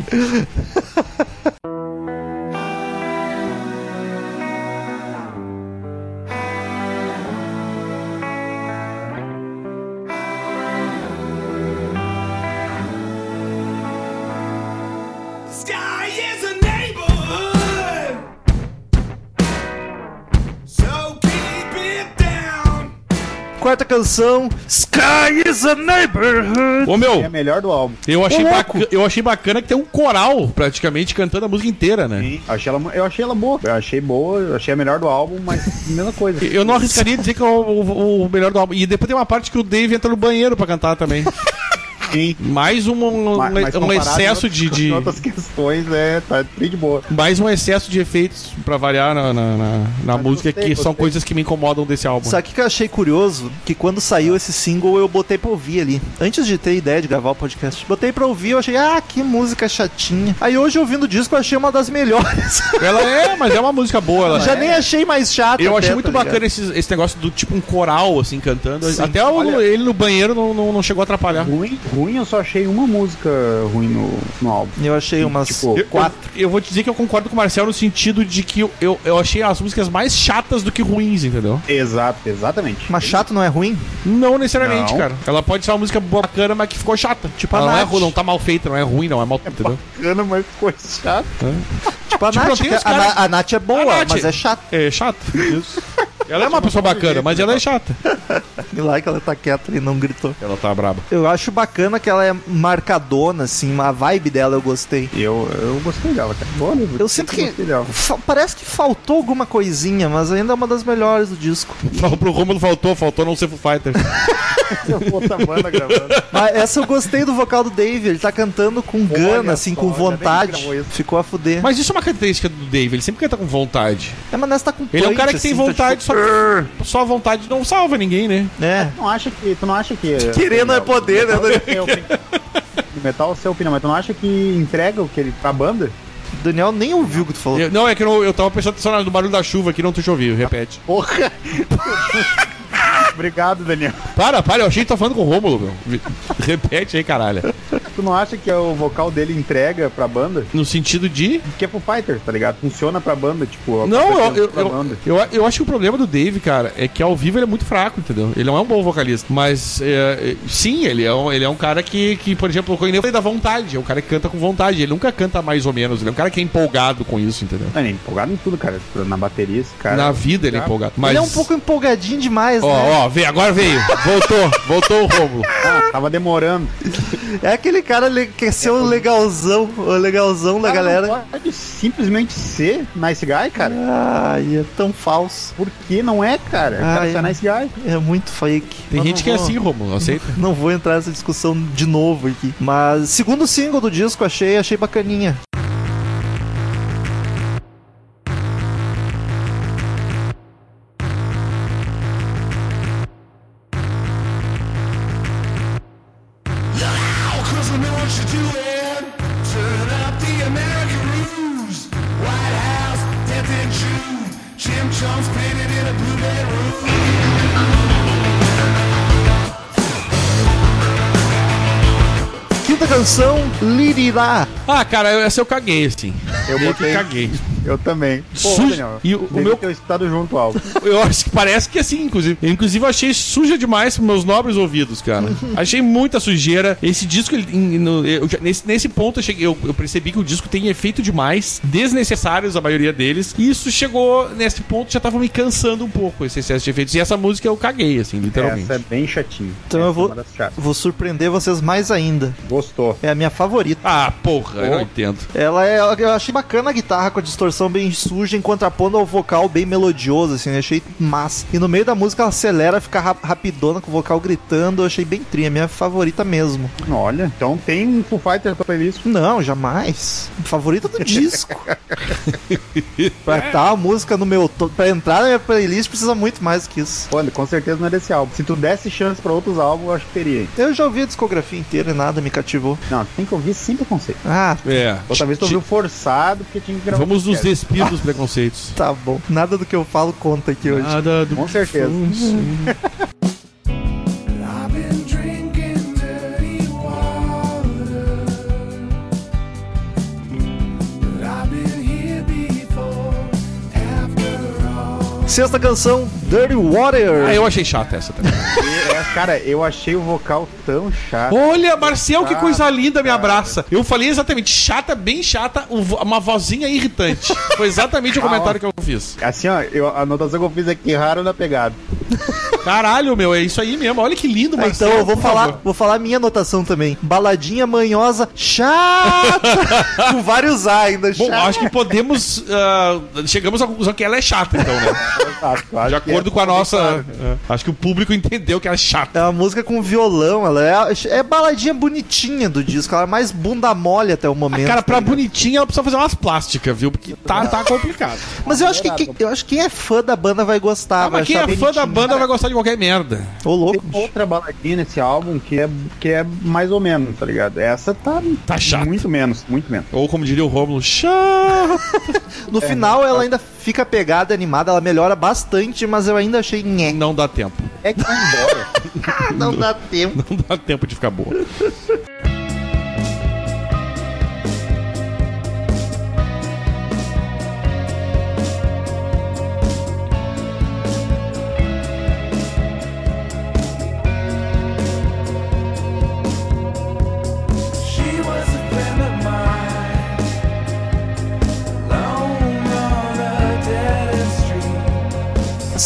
Sky is a neighborhood, so keep it down. Quarta canção, Sky is a Neighborhood. Ô É a meu, melhor do álbum. eu achei, Ô, baca- eu achei bacana que tem um coral praticamente cantando a música inteira, né? Sim. Achei ela, eu achei ela boa. Eu achei boa, eu achei a melhor do álbum, mas mesma coisa. Eu não arriscaria dizer que é o, o- o melhor do álbum. E depois tem uma parte que o Dave entra no banheiro pra cantar também. Sim. Mais um, um, Mas- mas um comparado excesso em de. outras- de- em outras questões, é, tá bem de boa. mais um excesso de efeitos pra variar na, na, na- na Mas música, gostei, que são gostei. coisas que me incomodam desse álbum. Sabe o que que eu achei curioso? Que quando saiu esse single eu botei pra ouvir ali. Antes de ter ideia de gravar o podcast. Botei pra ouvir, eu achei, ah, que música chatinha. Aí hoje ouvindo o disco eu achei uma das melhores. Ela é, mas é uma música boa. Ela Já é. nem achei mais chata. Eu até, achei muito tá ligado? bacana esse, esse negócio do tipo um coral, assim, cantando. Sim. Até o- Olha- ele no banheiro não, não, não chegou a atrapalhar. Ruim, ruim, eu só achei uma música ruim no, no álbum. Eu achei umas Tipo, Eu, quatro. eu, eu vou te dizer que eu concordo com o Marcel no sentido de que eu, eu, eu achei as músicas mais chatas do que ruins, entendeu? Exato, exatamente. Mas chato não é ruim? Não necessariamente, Não. cara. Ela pode ser uma música boa, bacana, mas que ficou chata. Tipo, a ela não, é, Nath. ru- não tá mal feita, não é ruim, não é mal, entendeu? Bacana, mas ficou chato. Tipo a Tipo, Nath. tem que os a, cara- Na- a Nath é boa, A Nath- mas é chata. É chata. Isso. Ela é uma pessoa bacana, mas ela é chata. E lá que ela tá quieta e não gritou. Ela tá braba. Eu acho bacana que ela é marcadona, assim, a vibe dela eu gostei. Eu, eu gostei dela, cara. Boa, né? Eu sinto que gostei dela. fa- parece que faltou alguma coisinha, mas ainda é uma das melhores do disco. Fala pro Rômulo, faltou, faltou não ser Foo Fighters. Outra banda gravando. Mas essa eu gostei do vocal do Dave, ele tá cantando com gana, assim, só, com ainda bem que vontade. gravou isso. Ficou a fuder. Mas isso é uma característica do Dave, ele sempre canta com vontade. É, mas nessa tá com Ele é um punch, cara que tem assim, tá vontade, tipo- só que só a vontade não salva ninguém, né? É. Tu não acha que. Tu não acha que. Querendo é poder, né, Daniel? No metal, é seu opinião, mas tu não acha que entrega o que ele pra banda? Daniel nem ouviu o que tu falou. Eu- não, é que eu, não- eu tava prestando atenção no barulho da chuva aqui, não te ouviu, repete. Porra! Obrigado, Daniel. Para, para, eu achei que tá falando com o Rômulo, meu. Repete aí, caralho. Tu não acha que o vocal dele entrega pra banda? No sentido de... Que é pro Fighter, tá ligado? Funciona pra banda, tipo... Não, eu, acontece eu, pra eu, banda. eu, eu acho que o problema do Dave, cara, é que ao vivo ele é muito fraco, entendeu? Ele não é um bom vocalista. Mas, é, é, sim, ele é, um, ele é um cara que, que, por exemplo, eu falei da vontade. É um cara que canta com vontade. Ele nunca canta mais ou menos. Ele é um cara que é empolgado com isso, entendeu? Não, ele é empolgado em tudo, cara. Na bateria, esse cara... Na vida ele é Cara, empolgado. Mas... Ele é um pouco empolgadinho demais, Ó, né? ó, veio, agora veio. Voltou, voltou o Rômulo. Ah, tava demorando. É aquele cara le- que quer ser o legalzão, o legalzão da Cara, galera. não pode simplesmente ser nice guy, cara. Ai, é tão falso. Por que não é, cara? Eu Ai. quero ser nice guy. É muito fake. Tem Mas gente não que é vou- assim, Rômulo, aceita? Não vou entrar nessa discussão de novo aqui. Mas segundo single do disco, achei, achei bacaninha. Cause we know what you're doing. Turn up the American ruse. White House, death in June. Jim Jones painted in a blue bedroom. Quinta canção, Lirirá. Ah, cara, essa eu caguei, assim. Eu Meio que botei. caguei. Eu também. Pô, Sujo. Daniel, E o- o devia meu- ter estado junto ao álbum. Eu acho que parece que é assim, inclusive. Eu, inclusive, achei suja demais pros meus nobres ouvidos, cara. Achei muita sujeira. Esse disco, ele, em- no- eu já- nesse, nesse ponto, eu, cheguei, eu, eu percebi que o disco tem efeito demais, desnecessários, a maioria deles. E isso chegou, nesse ponto, já tava me cansando um pouco, esse excesso de efeitos. E essa música eu caguei, assim, literalmente. Essa é bem chatinha. Então Essa eu vou- é uma das chatas. Vou surpreender vocês mais ainda. Gostou. É a minha favorita. Ah, porra, eu não entendo. Ela é. Eu achei bacana a guitarra com a distorção bem suja, em contrapondo ao vocal bem melodioso, assim, eu achei massa. E no meio da música ela acelera, fica ra- rapidona com o vocal gritando, eu achei bem tri, é a minha favorita mesmo. Olha, então tem Foo Fighters pra playlist. Não, jamais. Favorita do disco. Pra estar a música no meu. to- Pra entrar na minha playlist precisa muito mais que isso. Olha, com certeza não é desse álbum. Se tu desse chance pra outros álbuns, eu acho que teria. hein? Eu já ouvi a discografia inteira e nada me cativou. Não, tu tem que ouvir sempre o conceito. Ah, É. Outra vez tu ouviu forçado porque tinha que gravar. Vamos nos podcast. despir dos preconceitos. tá bom. Nada do que eu falo conta aqui hoje. Nada do Com certeza. I've been drinking dirty water. But I've been here before, after all. Sexta canção, Dirty Water. Ah, eu achei chata essa também. E, é, cara, eu achei o vocal tão chato. Olha, Marcel, que coisa linda, me cara. abraça. Eu falei exatamente, chata, bem chata, um vo- uma vozinha irritante. Foi exatamente o comentário que eu fiz. Assim, ó, eu, a anotação que eu fiz aqui, raro na pegada. Caralho, meu, é isso aí mesmo. Olha que lindo, Ah, Marcel. então eu vou por falar, favor. vou falar a minha anotação também. Baladinha manhosa, chata. Com vários A ainda. Bom, chata. acho que podemos. ah, chegamos à conclusão que ela é chata, então, né? Exato, eu acho De que acordo é com a nossa. claro. é, acho que o público entendeu que ela é chata. É uma música com violão, ela é, é baladinha bonitinha do disco, ela é mais bunda mole até o momento. Cara, pra tá ligado? bonitinha ela precisa fazer umas plásticas, viu? Porque tá, tá complicado. Mas eu acho que, que- eu acho que quem é fã da banda vai gostar, Ah, vai mas quem achar é fã da bonitinho. banda vai gostar de qualquer merda. Ô, louco. Tem outra baladinha nesse álbum que é, que é mais ou menos, tá ligado? Essa tá, Tá chato. muito menos, muito menos. Ou como diria o Rômulo, chato. No final ela ainda fica pegada, animada, ela melhora bastante, mas eu ainda achei nhé. Não dá tempo. É que vai embora. Não dá tempo. Não dá tempo de ficar boa. She was a friend of mine, alone on a dead street.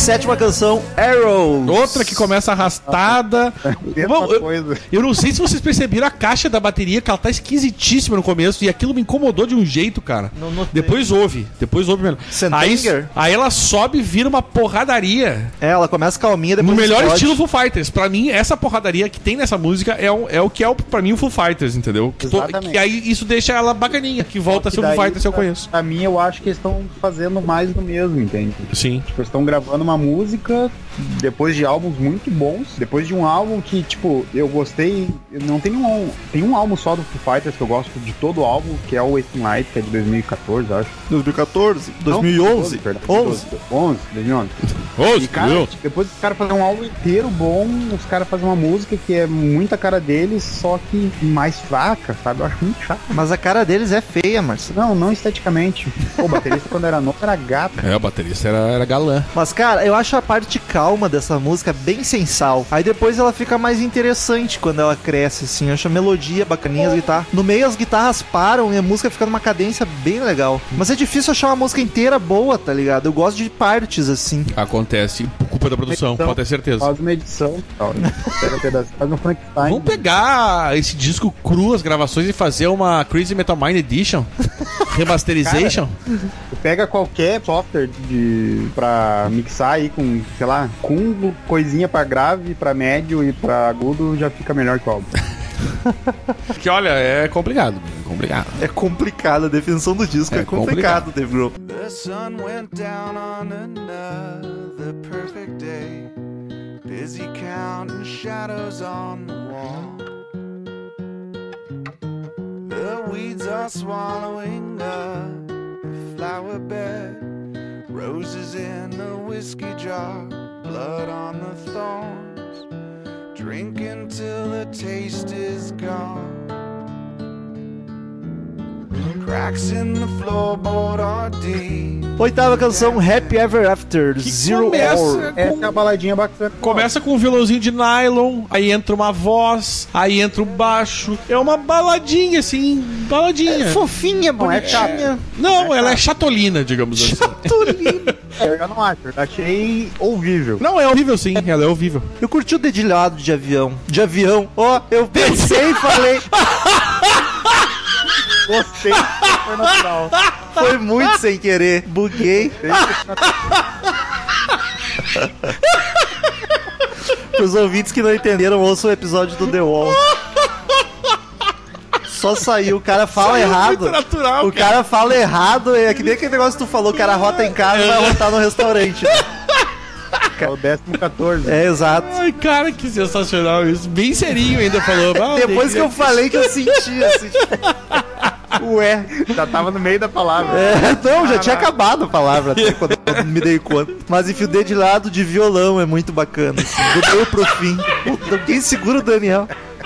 Sétima canção, Arrows. Outra que começa arrastada. Mesma Bom, eu, coisa. eu não sei se vocês perceberam a caixa da bateria, que ela tá esquisitíssima no começo, e aquilo me incomodou de um jeito, cara. Não notei. Depois ouve, depois ouve mesmo. Aí, Sentenger? aí ela sobe e vira uma porradaria. É, ela começa calminha, depois No melhor explode. estilo Foo Fighters. Pra mim, essa porradaria que tem nessa música é, um, é o que é, o, pra mim, o Foo Fighters, entendeu? Que, to, Exatamente. que aí isso deixa ela bacaninha, que volta a ser o Foo Daí, Fighters que eu pra- conheço. Pra mim, eu acho que eles estão fazendo mais do mesmo, entende? Sim. Tipo, eles estão gravando uma música depois de álbuns muito bons, depois de um álbum que, tipo, eu gostei. Eu não tem um tem um álbum só do Foo Fighters que eu gosto de todo o álbum, que é o Wasting Light, que é de dois mil e quatorze, acho. dois mil e catorze, Não, dois mil e onze, perdão, onze. onze, dois mil e onze. Ô, E, cara, meu. depois dos caras fazerem um álbum inteiro bom, os caras fazem uma música que é muita cara deles, só que mais fraca, sabe? Eu acho muito chato. Mas a cara deles é feia, Marcelo. Não, não esteticamente. Pô, o baterista quando era novo era gato. É, o baterista era, era galã. Mas, cara, eu acho a parte calma dessa música bem sensal. Aí depois ela fica mais interessante quando ela cresce, assim. Eu acho a melodia bacaninha, as guitarras. No meio as guitarras param e a música fica numa cadência bem legal. Mas é difícil achar uma música inteira boa, tá ligado? Eu gosto de partes, assim. Acontece por culpa da produção, Edição. pode ter certeza. Faz uma edição e tal. né? Pega um pedaço, faz um Frankenstein. Vamos pegar esse disco cru, as gravações, e fazer uma Crazy Metal Mind Edition? Remasterization? Tu pega qualquer software de, pra mixar aí com, sei lá, com coisinha pra grave, pra médio e pra agudo, já fica melhor que o álbum. Que olha, é complicado. É complicado. É complicado, a definição do disco é, É complicado, Dave Grohl. The sun went down on another perfect day. Busy counting shadows on the wall. The weeds are swallowing up the flower bed. Roses in a whiskey jar, blood on the thorns. Drinking till the taste is gone. Cracks in the floorboard are deep. Oitava canção, Happy Ever After, Zero começa Hour. Essa é a baladinha bacana. Começa com um violãozinho de nylon, aí entra uma voz, aí entra o baixo. É uma baladinha, assim, baladinha. É fofinha, Não é bonitinha. Não, ela é chatolina, digamos assim. Chatolina. Eu não acho, eu achei ouvível. Não, é horrível sim, ela é horrível. Eu curti o dedilhado de avião. De avião. Ó, eu pensei e falei. Gostei, foi natural. Foi muito sem querer. Buguei. Para os ouvintes que não entenderam, ouçam o episódio do The Wall. Só saiu, o cara fala Saiu errado. muito natural, o cara. fala errado, é que nem aquele negócio que tu falou, o cara rota em casa e vai rotar no restaurante. É o décimo quatorze. É, exato. Ai, cara, que sensacional isso. Bem serinho ainda falou. Ah, Depois que tem eu falei que eu senti, assim, tipo... Ué. Já tava no meio da palavra. É, não, já tinha acabado a palavra até quando eu me dei conta. Mas enfim, o dedilhado de violão é muito bacana, assim, do meio pro fim. Quem segura o Daniel?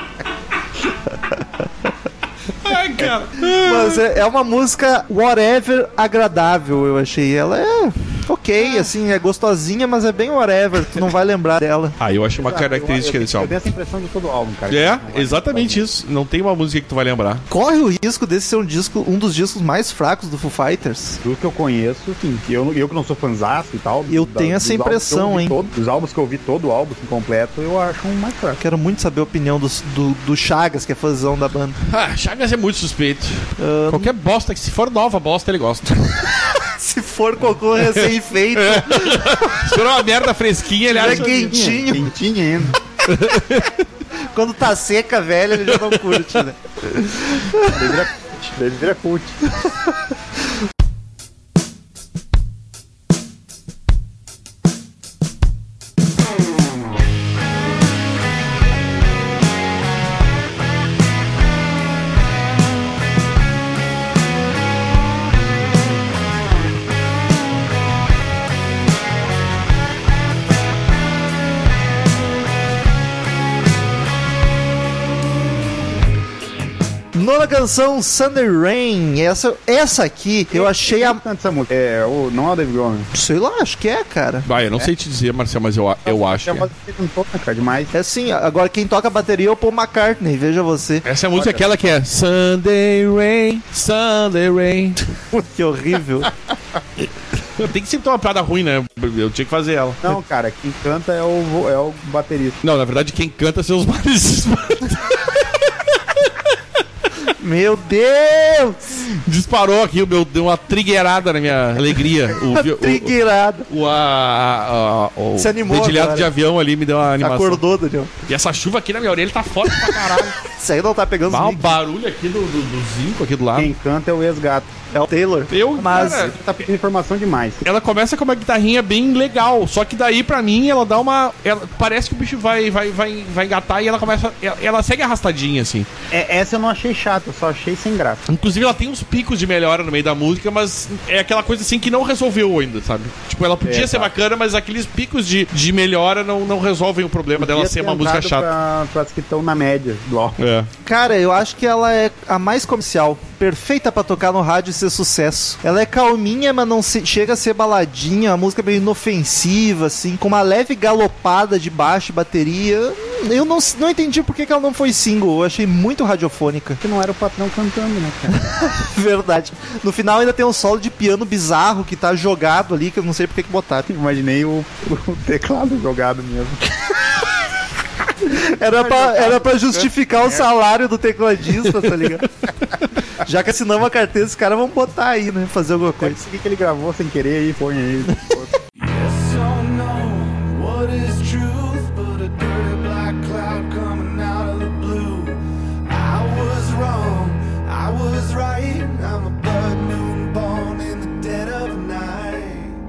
Ai, cara. Mas é, é uma música whatever agradável, eu achei. Ela é ok, assim, é gostosinha, mas é bem whatever, tu não vai lembrar dela. Ah, eu acho uma Exato, característica eu, eu, desse eu álbum. dei essa impressão de todo o álbum, cara. É, Não vai- exatamente isso. Não tem uma música que tu vai lembrar. Corre o risco desse ser um disco, um dos discos mais fracos do Foo Fighters. Do que eu conheço, sim. Eu, eu que não sou fanzaço e tal. Eu da- tenho essa dos álbuns que eu impressão, ouvi hein? Todo, dos álbuns que eu vi todo o álbum assim, completo, eu acho um mais fraco. Quero muito saber a opinião dos- do, do Chagas, que é fãzão da banda. Ah, Chagas é muito suspeito. Ah, Qualquer bosta, que se for nova bosta, ele gosta. se for cocô recém-feito, Se for uma merda fresquinha, ele é acha... quentinho. Quentinho ainda. Quando tá seca, velho, ele já não curte, né? Daí vira cult. Daí vira cult. Nona canção, Sunday Rain. Essa, essa aqui, eu achei a... Tanto essa música. É, o, não é o David Grohl, né? Sei lá, acho que é, cara. Vai, eu não sei te dizer, Marcel, mas eu, eu acho Já que é. faz feito um pouco, né, cara? Demais. É assim, agora quem toca a bateria é o Paul McCartney, veja você. Essa é a música aquela que é Sunday Rain, Sunday Rain. Que horrível. Tem que sempre ter uma piada ruim, né? Eu tinha que fazer ela. Não, cara, quem canta é o, é o baterista. Não, na verdade, quem canta são os bares. Meu Deus! Disparou aqui, o meu, deu uma trigueirada na minha alegria. O, o, Trigueirada. o, a, a, a, o Se animou dedilhado agora. de avião ali me deu uma animação. Acordou, Daniel. E essa chuva aqui na minha orelha tá forte pra caralho. Isso aí não tá pegando os Dá um mic. barulho aqui do, do, do zinco aqui do lado. Quem canta é o ex-gato. É o Taylor. Eu, Mas cara, Tá pedindo informação demais. ela começa com uma guitarrinha bem legal, só que daí pra mim ela dá uma, ela, parece que o bicho vai vai vai vai engatar e ela começa, ela, ela segue arrastadinha assim. É, essa eu não achei chata, eu só achei sem graça. Inclusive ela tem uns picos de melhora no meio da música, mas é aquela coisa assim que não resolveu ainda, sabe? Tipo, ela podia É, ser tá. bacana, mas aqueles picos de, de melhora não, não resolvem o problema dela ser uma música chata. Pra, pras que estão na média do álbum. É. Cara, eu acho que ela é a mais comercial. Perfeita pra tocar no rádio e ser sucesso. Ela é calminha, mas não se- chega a ser baladinha. Uma música meio inofensiva, assim. Com uma leve galopada de baixo e bateria. Eu não, não entendi por que, que ela não foi single. Eu achei muito radiofônica. Que não era o patrão cantando, né, cara? Verdade. No final ainda tem um solo de piano bizarro que tá jogado ali, que eu não sei por que que botaram. Imaginei o, o teclado jogado mesmo. Era pra, era pra justificar o salário do tecladista, tá ligado? Já que assinamos a carteira, esses caras vão botar aí, né? Fazer alguma coisa. Esse que ele gravou sem querer aí, põe aí. Yes or no, what is truth but a dirty black cloud coming out of the blue? I was wrong, I was right, I'm a blood moon born in the dead of the night.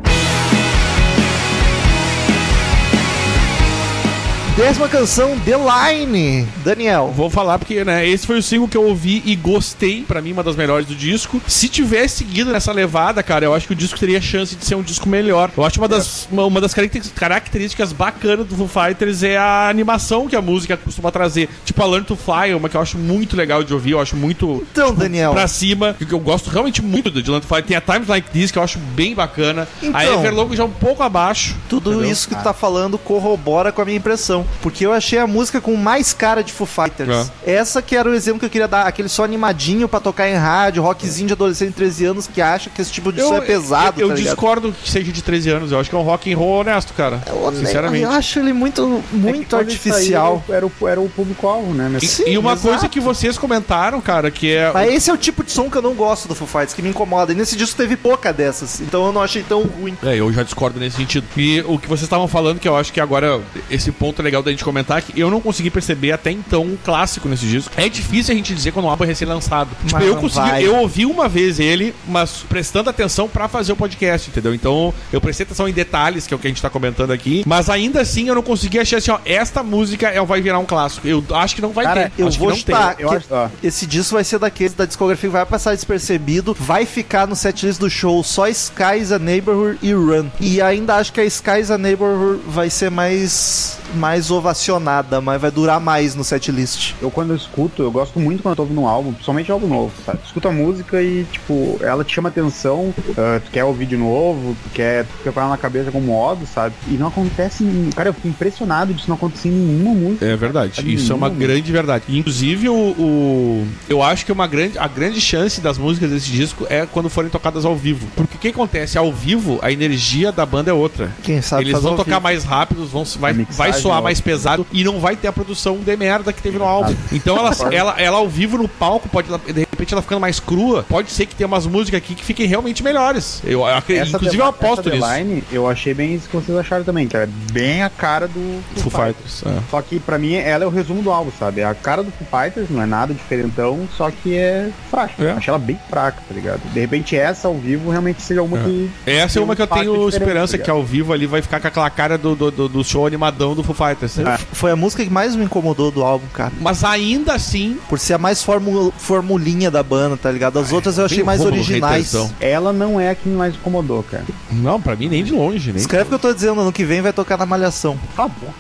Décima canção, The Line. Daniel. Vou falar porque, né, esse foi o single que eu ouvi e gostei, pra mim uma das melhores do disco. Se tivesse seguido nessa levada, cara, eu acho que o disco teria chance de ser um disco melhor. Eu acho uma das, uma, uma das características, características bacanas do Foo Fighters é a animação que a música costuma trazer. Tipo a Learn to Fly, uma que eu acho muito legal de ouvir, eu acho muito Então, Daniel. pra cima, que eu gosto realmente muito de Learn to Fly. Tem a Times Like This, que eu acho bem bacana. Então. A Everlogo já um pouco abaixo. Tudo Entendeu? isso que tu tá falando corrobora com a minha impressão. Porque eu achei a música com mais cara de Foo Fighters. Essa que era o exemplo que eu queria dar. Aquele só animadinho pra tocar em rádio, rockzinho de adolescente de treze anos que acha que esse tipo de som é pesado. Eu, eu tá ligado? discordo que seja de treze anos. Eu acho que é um rock and roll honesto, cara. Eu, Sinceramente. eu acho ele muito, muito artificial. Era o, era o público-alvo, né? E, Sim, e uma exato. coisa que vocês comentaram, cara, que é. Mas esse é o tipo de som que eu não gosto do Foo Fighters, que me incomoda. E nesse disco teve pouca dessas. Então eu não achei tão ruim. É, eu já discordo nesse sentido. E o que vocês estavam falando, que eu acho que agora esse ponto é legal da gente comentar, que eu não consegui perceber até então um clássico nesse disco. É difícil a gente dizer quando um álbum é recém-lançado. Tipo, Mas eu não consegui, vai. eu ouvi uma vez ele, mas prestando atenção pra fazer o podcast, entendeu? Então eu prestei atenção em detalhes, que é o que a gente tá comentando aqui, mas ainda assim eu não consegui achar assim, ó, esta música é, vai virar um clássico. Eu acho que não vai Cara, ter. Eu acho vou que não chutar Eu que acho- ó. esse disco vai ser daqueles da discografia que vai passar despercebido, vai ficar no setlist do show só Skies a Neighborhood e Run. E ainda acho que a Skies a Neighborhood vai ser mais mais ovacionada, mas vai durar mais no setlist. Eu quando eu escuto, eu gosto muito quando eu tô ouvindo um álbum, principalmente álbum novo, sabe? Escuta a música e, tipo, ela te chama atenção, ah, tu quer ouvir de novo, tu quer, tu quer parar na cabeça como óbvio, sabe? E não acontece em... Cara, eu fico impressionado disso não acontecer em nenhuma música. É verdade, Sabe, isso é uma nenhuma. grande verdade. Inclusive, o, o- eu acho que uma grande, a grande chance das músicas desse disco é quando forem tocadas ao vivo. Porque o que acontece? Ao vivo, a energia da banda é outra. Quem sabe Eles fazer vão ao tocar vivo. mais rápidos, vão, vai, A vai mixagem soar é mais pesado e não vai ter a produção de merda que teve no álbum. Então ela, ela, ela ao vivo no palco, pode de repente ela ficando mais crua, pode ser que tenha umas músicas aqui que fiquem realmente melhores. Eu, acredito, Essa inclusive The- eu aposto essa nisso. The Line, eu achei bem isso que vocês acharam também, que é bem a cara do Foo Fighters. É. Só que pra mim ela é o resumo do álbum, sabe? É a cara do Foo Fighters, não é nada diferentão, só que é fraca. É. Achei ela bem fraca, tá ligado? De repente essa ao vivo realmente seja uma que. Essa é tem uma um que eu impacto tenho diferente, esperança, tá que ao vivo ali vai ficar com aquela cara do, do, do- do show animadão do Foo Fighters. Ah. Foi a música que mais me incomodou do álbum, cara. Mas ainda assim, Por ser a mais formu- formulinha da banda, tá ligado? As outras eu achei tem o mais Rômulo originais. Haterzão. Ela não é a que me mais incomodou, cara. Não, pra mim nem de longe, nem. Escreve o que eu tô dizendo, ano que vem vai tocar na Malhação. Tá bom.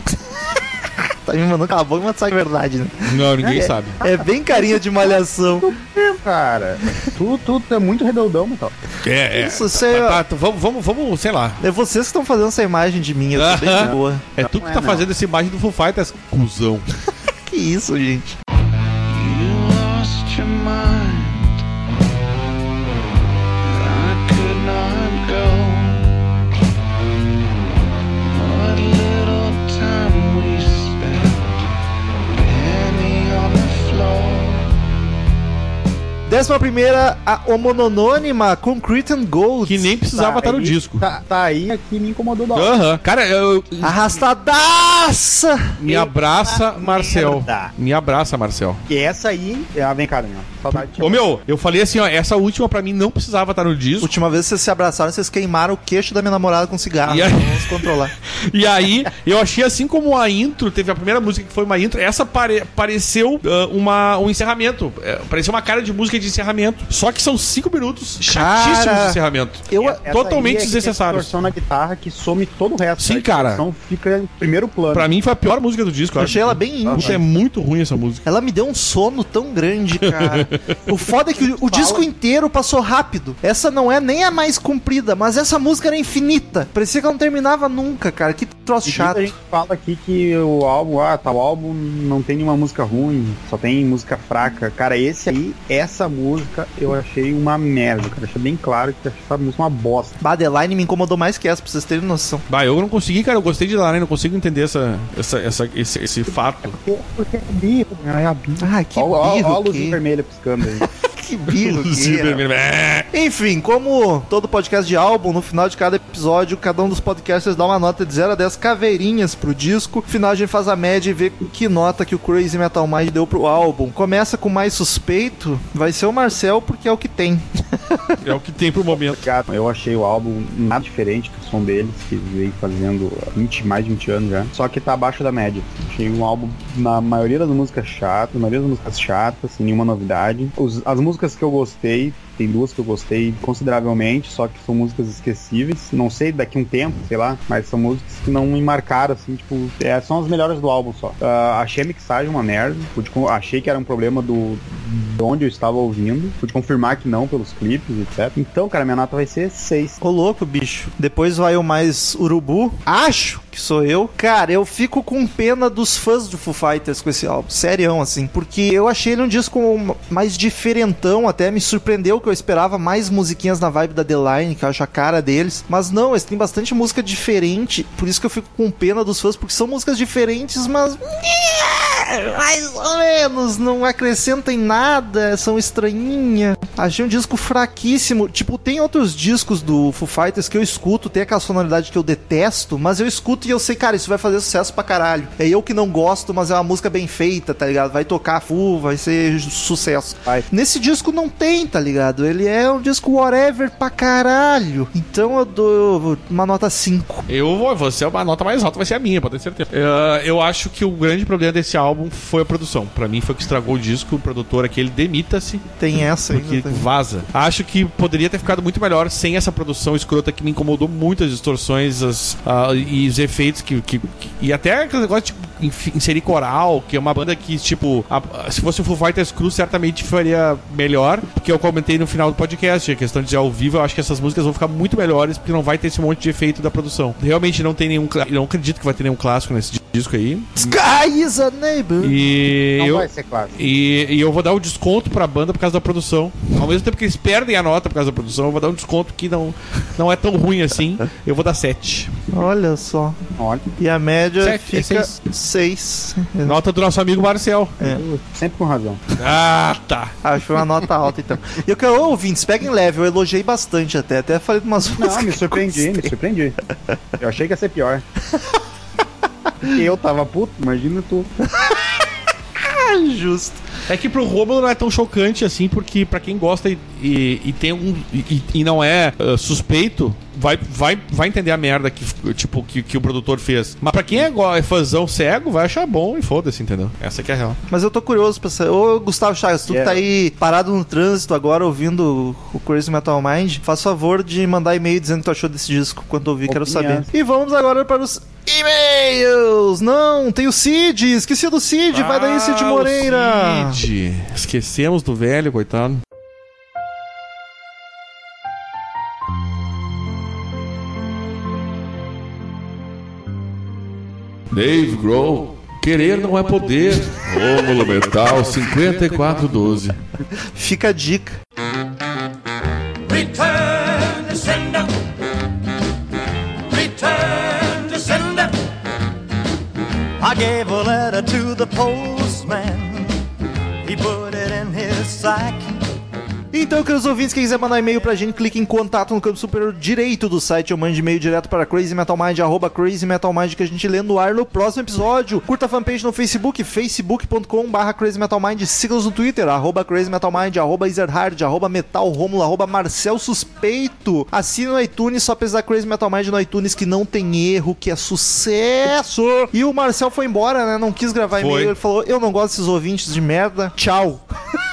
Tá me mandando cala a boca, mas sabe a verdade, né? Não, ninguém É. sabe. É bem carinha de Malhação. Cara, tu, tu, tu é muito redoldão, Metal. É, é. Isso, você, Tá, tá, tá, vamos, vamos, vamos, sei lá. é vocês que estão fazendo essa imagem de mim, eu tô bem de Aham. boa. É tu Não que é, tá não. fazendo essa imagem do Foo Fighters, cuzão. Que isso, gente? You lost your mind. I could not go. décima primeira, a homononônima Concrete and Gold. Que nem precisava estar no aí- disco. Tá, tá aí aqui me incomodou da hora. Aham. Cara, eu, Arrastadaça! me abraça, Marcel. merda. Me abraça, Marcel. E essa aí, ah, vem cá, Daniel. Saudade de Ô, meu, eu falei assim, ó, essa última pra mim não precisava estar no disco. Última vez que vocês se abraçaram, vocês queimaram o queixo da minha namorada com cigarro. E aí- Então vamos controlar. E aí, eu achei assim como a intro, teve a primeira música que foi uma intro, essa pare- pareceu ah, uma, um encerramento. É, pareceu uma cara de música de encerramento. Só que são cinco minutos chatíssimos Cara, de encerramento. Eu, Essa totalmente aí é que desnecessários. tem a distorção na guitarra que some todo o resto. Sim, A cara. distorção fica em primeiro plano. Pra mim foi a pior música do disco. eu eu achei acho. ela bem Puta, íntima. é muito ruim essa música. Ela me deu um sono tão grande, cara. O foda é que o, o disco inteiro passou rápido. Essa não é nem a mais comprida, mas essa música era infinita. Parecia que ela não terminava nunca, cara. Que troço E chato. muita gente fala aqui que o álbum, ah, tal álbum não tem nenhuma música ruim, só tem música fraca. Cara, esse aí, essa música, eu achei uma merda, cara. Achei bem claro que essa música é uma bosta. Badeline me incomodou mais que essa, pra vocês terem noção. Bah, eu não consegui, cara. Eu gostei de lá, né? Não consigo entender essa, essa, essa, esse, esse fato. Porque é birro. É a birro. Ah, que Ó, ó, birro ó a que- luzinha vermelha piscando aí. Que birro que Luzinha é. vermelha. É. Enfim, como todo podcast de álbum, no final de cada episódio, cada um dos podcasters dá uma nota de zero a dez caveirinhas pro disco. No final a gente faz a média e vê que nota que o Crazy Metal Mind deu pro álbum. Começa com mais suspeito, vai ser o Marcel, porque é o que tem. É o que tem pro momento. Obrigado. Eu achei o álbum nada diferente do som deles, que veio fazendo há vinte, mais de vinte anos já. Só que tá abaixo da média. Achei um álbum, na maioria das músicas chatas, na maioria das músicas chatas, sem nenhuma novidade. Os- as músicas que eu gostei, tem duas que eu gostei consideravelmente, só que são músicas esquecíveis. Não sei, daqui um tempo, sei lá, mas são músicas que não me marcaram, assim, tipo, é, são as melhores do álbum só. Ah, achei a mixagem uma merda, pude con- achei que era um problema do de onde eu estava ouvindo, pude confirmar que não pelos clipes, etcétera. Então, cara, minha nota vai ser seis. Ô louco, bicho. Depois vai o mais urubu. Acho que sou eu. Cara, eu fico com pena dos fãs do Foo Fighters com esse álbum. Serião, assim. Porque eu achei ele um disco mais diferentão, até me surpreendeu que eu esperava mais musiquinhas na vibe da The Line, que eu acho a cara deles. Mas não, eles têm bastante música diferente. Por isso que eu fico com pena dos fãs, porque são músicas diferentes, mas... mais ou menos, não acrescentem nada, são estranhinha. Achei um disco fraquíssimo. Tipo, tem outros discos do Foo Fighters que eu escuto, tem aquela sonoridade que eu detesto, mas eu escuto e eu sei, cara, isso vai fazer sucesso pra caralho. É eu que não gosto, mas é uma música bem feita, tá ligado? Vai tocar Foo, vai ser sucesso. Vai. Nesse disco não tem, tá ligado? Ele é um disco whatever pra caralho. Então eu dou uma nota cinco. Eu vou, você é uma nota mais alta, vai ser a minha, pode ter certeza. Uh, eu acho que o grande problema desse álbum foi a produção. Pra mim foi o que estragou o disco. O produtor aquele demita-se, Tem essa aí. porque vaza. Acho que poderia ter ficado muito melhor sem essa produção escrota que me incomodou muito, as distorções as, ah, e os efeitos que, que, que- e até aquele negócio de inf- inserir coral, que é uma banda que, tipo, a- a- se fosse o Foo Fighters cru, certamente faria melhor, porque eu comentei no final do podcast, a questão de dizer ao vivo, eu acho que essas músicas vão ficar muito melhores, porque não vai ter esse monte de efeito da produção. Realmente não tem nenhum, clá- não acredito que vai ter nenhum clássico nesse disco aí. Sky is a neighbor. E Não eu, vai ser claro. e, e eu vou dar o desconto pra banda por causa da produção. Ao mesmo tempo que eles perdem a nota por causa da produção, eu vou dar um desconto que não, não é tão ruim assim. Eu vou dar sete. Olha só. Olha, E a média Sete, é fica seis. seis. Nota do nosso amigo Marcel. sempre com razão. Ah, tá. Acho que foi uma nota alta, então. E eu quero, ô, ouvintes, peguem leve, eu elogiei bastante até. Até falei de umas Não, músicas me que eu surpreendi, me gostei. surpreendi. Eu achei que ia ser pior. Eu tava puto, imagina tu. Ah, justo. É que pro Romulo não é tão chocante assim, porque pra quem gosta e, e, e tem um. E, e não é uh, suspeito, vai, vai, vai entender a merda que, tipo, que, que o produtor fez. Mas pra quem é, go- é fãzão cego, vai achar bom e foda-se, entendeu? Essa que é a real. Mas eu tô curioso pra saber. Ô, Gustavo Chagas, tu que Yeah. tá aí parado no trânsito agora ouvindo o Crazy Metal Mind, faz favor de mandar e-mail dizendo o que tu achou desse disco. Quando ouvir, quero Opinião. saber. E vamos agora para os e-mails. Não, tem o Cid. Esqueci do Cid. Vai daí, Cid Ah, Moreira. o Cid. Esquecemos do velho, coitado. Dave Grohl, querer não é poder. Rômulo Metal cinquenta e quatro doze. Fica a dica. Return to sender. Return to sender. I gave a letter to the postman. He put it in his sack. Então, queridos ouvintes, quem quiser mandar e-mail pra gente, clique em contato no canto superior direito do site. Eu mando e-mail direto para crazymetalmind, arroba crazymetalmind, que a gente lê no ar no próximo episódio. Curta a fanpage no Facebook, facebook ponto com barra crazymetalmind. Siga-nos no Twitter, arroba crazymetalmind, arroba ezerhard, arroba metalromulo, arroba marcel suspeito. Assine no iTunes, só pesquisar Crazy Metal Mind no iTunes, que não tem erro, que é sucesso. E o Marcel foi embora, né? Não quis gravar Foi. e-mail. Ele falou, eu não gosto desses ouvintes de merda. Tchau.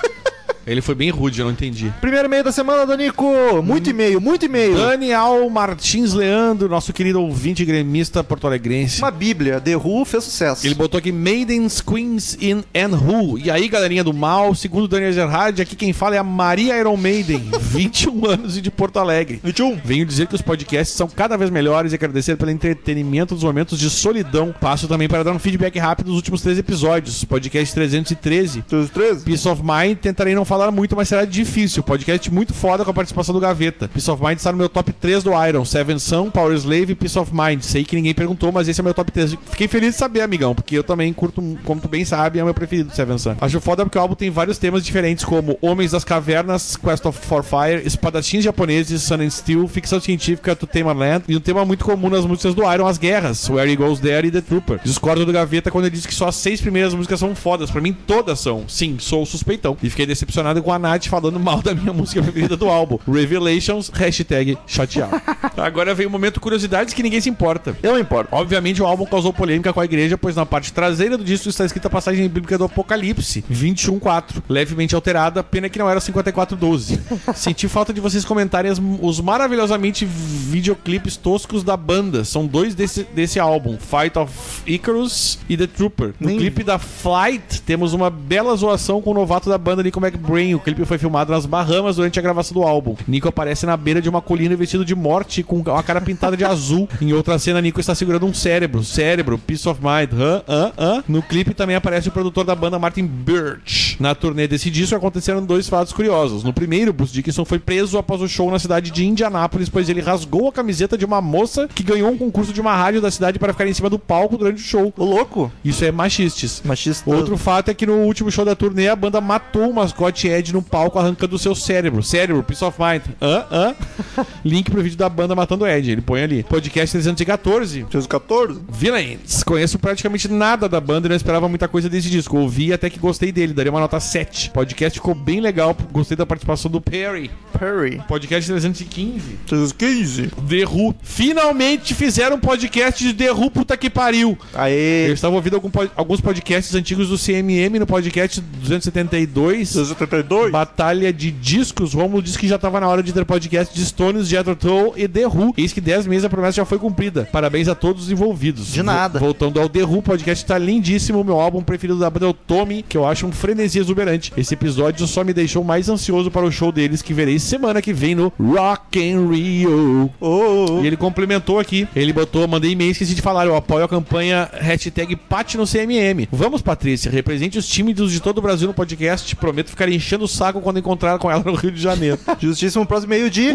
Ele foi bem rude, eu não entendi. Primeiro e-mail da semana, Danico. Muito e-mail, muito e-mail. Daniel Martins Leandro, nosso querido ouvinte gremista porto-alegrense. Uma bíblia. The Who fez sucesso. Ele botou aqui Maidens, Queens in and Who. E aí, galerinha do mal, segundo Daniel Gerhard, aqui quem fala é a Maria Iron Maiden, vinte e um anos e de Porto Alegre. vinte e um. Venho dizer que os podcasts são cada vez melhores e agradecer pelo entretenimento dos momentos de solidão. Passo também para dar um feedback rápido dos últimos três episódios. Podcast trezentos e treze. trezentos e treze? Peace of Mind, tentarei não falar muito, mas será difícil. Podcast muito foda com a participação do Gaveta. Peace of Mind está no meu top três do Iron. Seven Sun, Power Slave e Peace of Mind. Sei que ninguém perguntou, mas esse é meu top três. Fiquei feliz de saber, amigão, porque eu também curto, como tu bem sabe, é o meu preferido, Seven Sun. Acho foda porque o álbum tem vários temas diferentes, como Homens das Cavernas, Quest of for Fire, Espadachins Japoneses, Sun and Steel, ficção científica, To Tame a Land, e um tema muito comum nas músicas do Iron, as guerras, Where He Goes There e The Trooper. Discordo do Gaveta quando ele diz que só as seis primeiras músicas são fodas. Pra mim, todas são. Sim, sou suspeitão. E fiquei decepcionado com a Nath falando mal da minha música preferida do álbum. Revelations, hashtag chateado. Agora vem o momento curiosidades que ninguém se importa. Eu não importo. Obviamente o álbum causou polêmica com a igreja, pois na parte traseira do disco está escrita a passagem bíblica do Apocalipse, vinte e um quatro, levemente alterada, pena que não era cinquenta e quatro doze. Senti falta de vocês comentarem as, os maravilhosamente videoclipes toscos da banda. São dois desse, desse álbum, Fight of Icarus e The Trooper. No Nem... clipe da Flight, temos uma bela zoação com o novato da banda, Nico McBrain. O clipe foi filmado nas Bahamas durante a gravação do álbum. Nico aparece na beira de uma colina vestido de morte com a cara pintada de azul. Em outra cena, Nico está segurando um cérebro. Cérebro, Peace of Mind. Hã? Hã? Hã? No clipe também aparece o produtor da banda, Martin Birch. Na turnê desse disco aconteceram dois fatos curiosos. No primeiro, Bruce Dickinson foi preso após o show na cidade de Indianápolis, pois ele rasgou a camiseta de uma moça que ganhou um concurso de uma rádio da cidade para ficar em cima do palco durante o show. Ô, louco. Isso é machistes. Machista. Outro fato é que no último show da turnê, a banda matou o mascote Ed no palco, arrancando o seu cérebro. Cérebro, Peace of Mind. Hã? Hã? Link pro vídeo da banda matando o Ed. Ele põe ali. Podcast trezentos e quatorze. trezentos e quatorze? Villains. Conheço praticamente nada da banda e não esperava muita coisa desse disco. Ouvi até que gostei dele. Daria uma nota sete. Podcast ficou bem legal. Gostei da participação do Perry. Perry. Podcast trezentos e quinze. trezentos e quinze. The Who. Finalmente fizeram um podcast de The Who, puta que pariu. Aê. Eu estava ouvindo algum, alguns podcasts antigos do C M M no podcast duzentos e setenta e dois. duzentos e setenta e dois? Batalha de discos. Romulo disse que já estava na hora de ter podcast de Stones, Jethro Tull e The Who. Eis que dez meses a promessa já foi cumprida. Parabéns a todos os envolvidos. De nada. Voltando ao The Who, o podcast tá lindíssimo. Meu álbum preferido da banda é o Tommy, que eu acho um frenesi exuberante. Esse episódio só me deixou mais ansioso para o show deles, que verei semana que vem no Rock in Rio. Oh, oh, oh. E ele complementou aqui. Ele botou, mandei e-mail, esqueci de falar, eu apoio a campanha hashtag Pat no C M M. Vamos, Patrícia, represente os tímidos de todo o Brasil no podcast. Prometo ficar enchendo o saco quando encontrar com ela no Rio de Janeiro. Justíssimo, próximo e-mail de...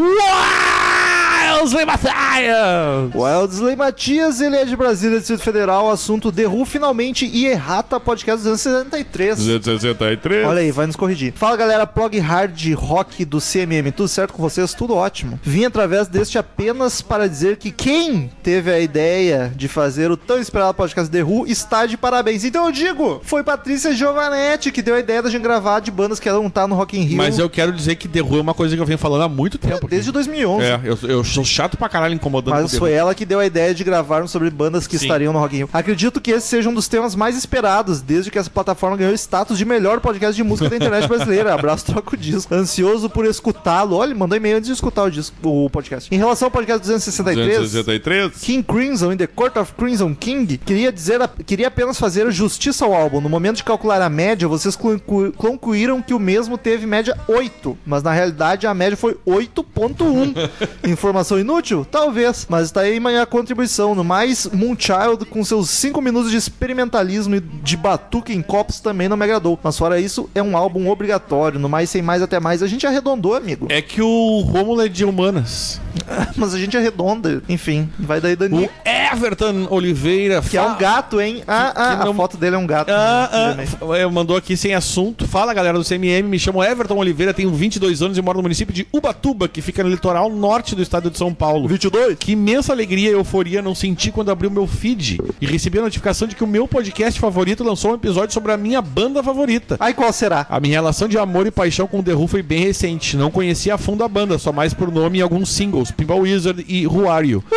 Wellesley Mathias! Wellesley Matias, ele é de Brasília, Distrito Federal, assunto The Who, finalmente, e errata, podcast duzentos e sessenta e três. duzentos e sessenta e três. Olha aí, vai nos corrigir. Fala, galera, prog hard rock do C M M, tudo certo com vocês? Tudo ótimo. Vim através deste apenas para dizer que quem teve a ideia de fazer o tão esperado podcast The Who está de parabéns. Então eu digo, foi Patrícia Giovanetti que deu a ideia da gente gravar de bandas que não tá no Rock in Rio. Mas eu quero dizer que The Who é uma coisa que eu venho falando há muito tempo. Desde dois mil e onze. É, eu, eu sou chato pra caralho incomodando. Mas foi ela que deu a ideia de gravarmos sobre bandas que Sim. estariam no Rock in Rio. Acredito que esse seja um dos temas mais esperados, desde que essa plataforma ganhou status de melhor podcast de música da internet brasileira. Abraço, troca o disco. Ansioso por escutá-lo. Olha, mandou e-mail antes de escutar o disco, o podcast. Em relação ao podcast duzentos e sessenta e três, duzentos e sessenta e três. King Crimson in the Court of Crimson King, queria dizer, a, queria apenas fazer justiça ao álbum. No momento de calcular a média, vocês conclu, concluíram que o mesmo teve média oito, mas na realidade a média foi oito ponto um. Informação informação inútil? Talvez, mas tá aí minha contribuição. No mais, Moonchild com seus cinco minutos de experimentalismo e de batuque em copos também não me agradou. Mas fora isso, é um álbum obrigatório. No mais, sem mais, até mais, a gente arredondou, amigo. É que o Rômulo é de humanas. Mas a gente arredonda. Enfim, vai daí, Dani. O Everton Oliveira. Que é um gato, hein? Ah, que ah, não... a foto dele é um gato. Ah, né? ah, eu mandou aqui sem assunto. Fala, galera do C M M, me chamo Everton Oliveira, tenho vinte e dois anos e moro no município de Ubatuba, que fica no litoral norte do estado de São Paulo. vinte e dois? Que imensa alegria e euforia não senti quando abri o meu feed e recebi a notificação de que o meu podcast favorito lançou um episódio sobre a minha banda favorita. Aí qual será? A minha relação de amor e paixão com o The Who foi bem recente. Não conhecia a fundo a banda, só mais por nome e alguns singles, Pinball Wizard e Who Are You?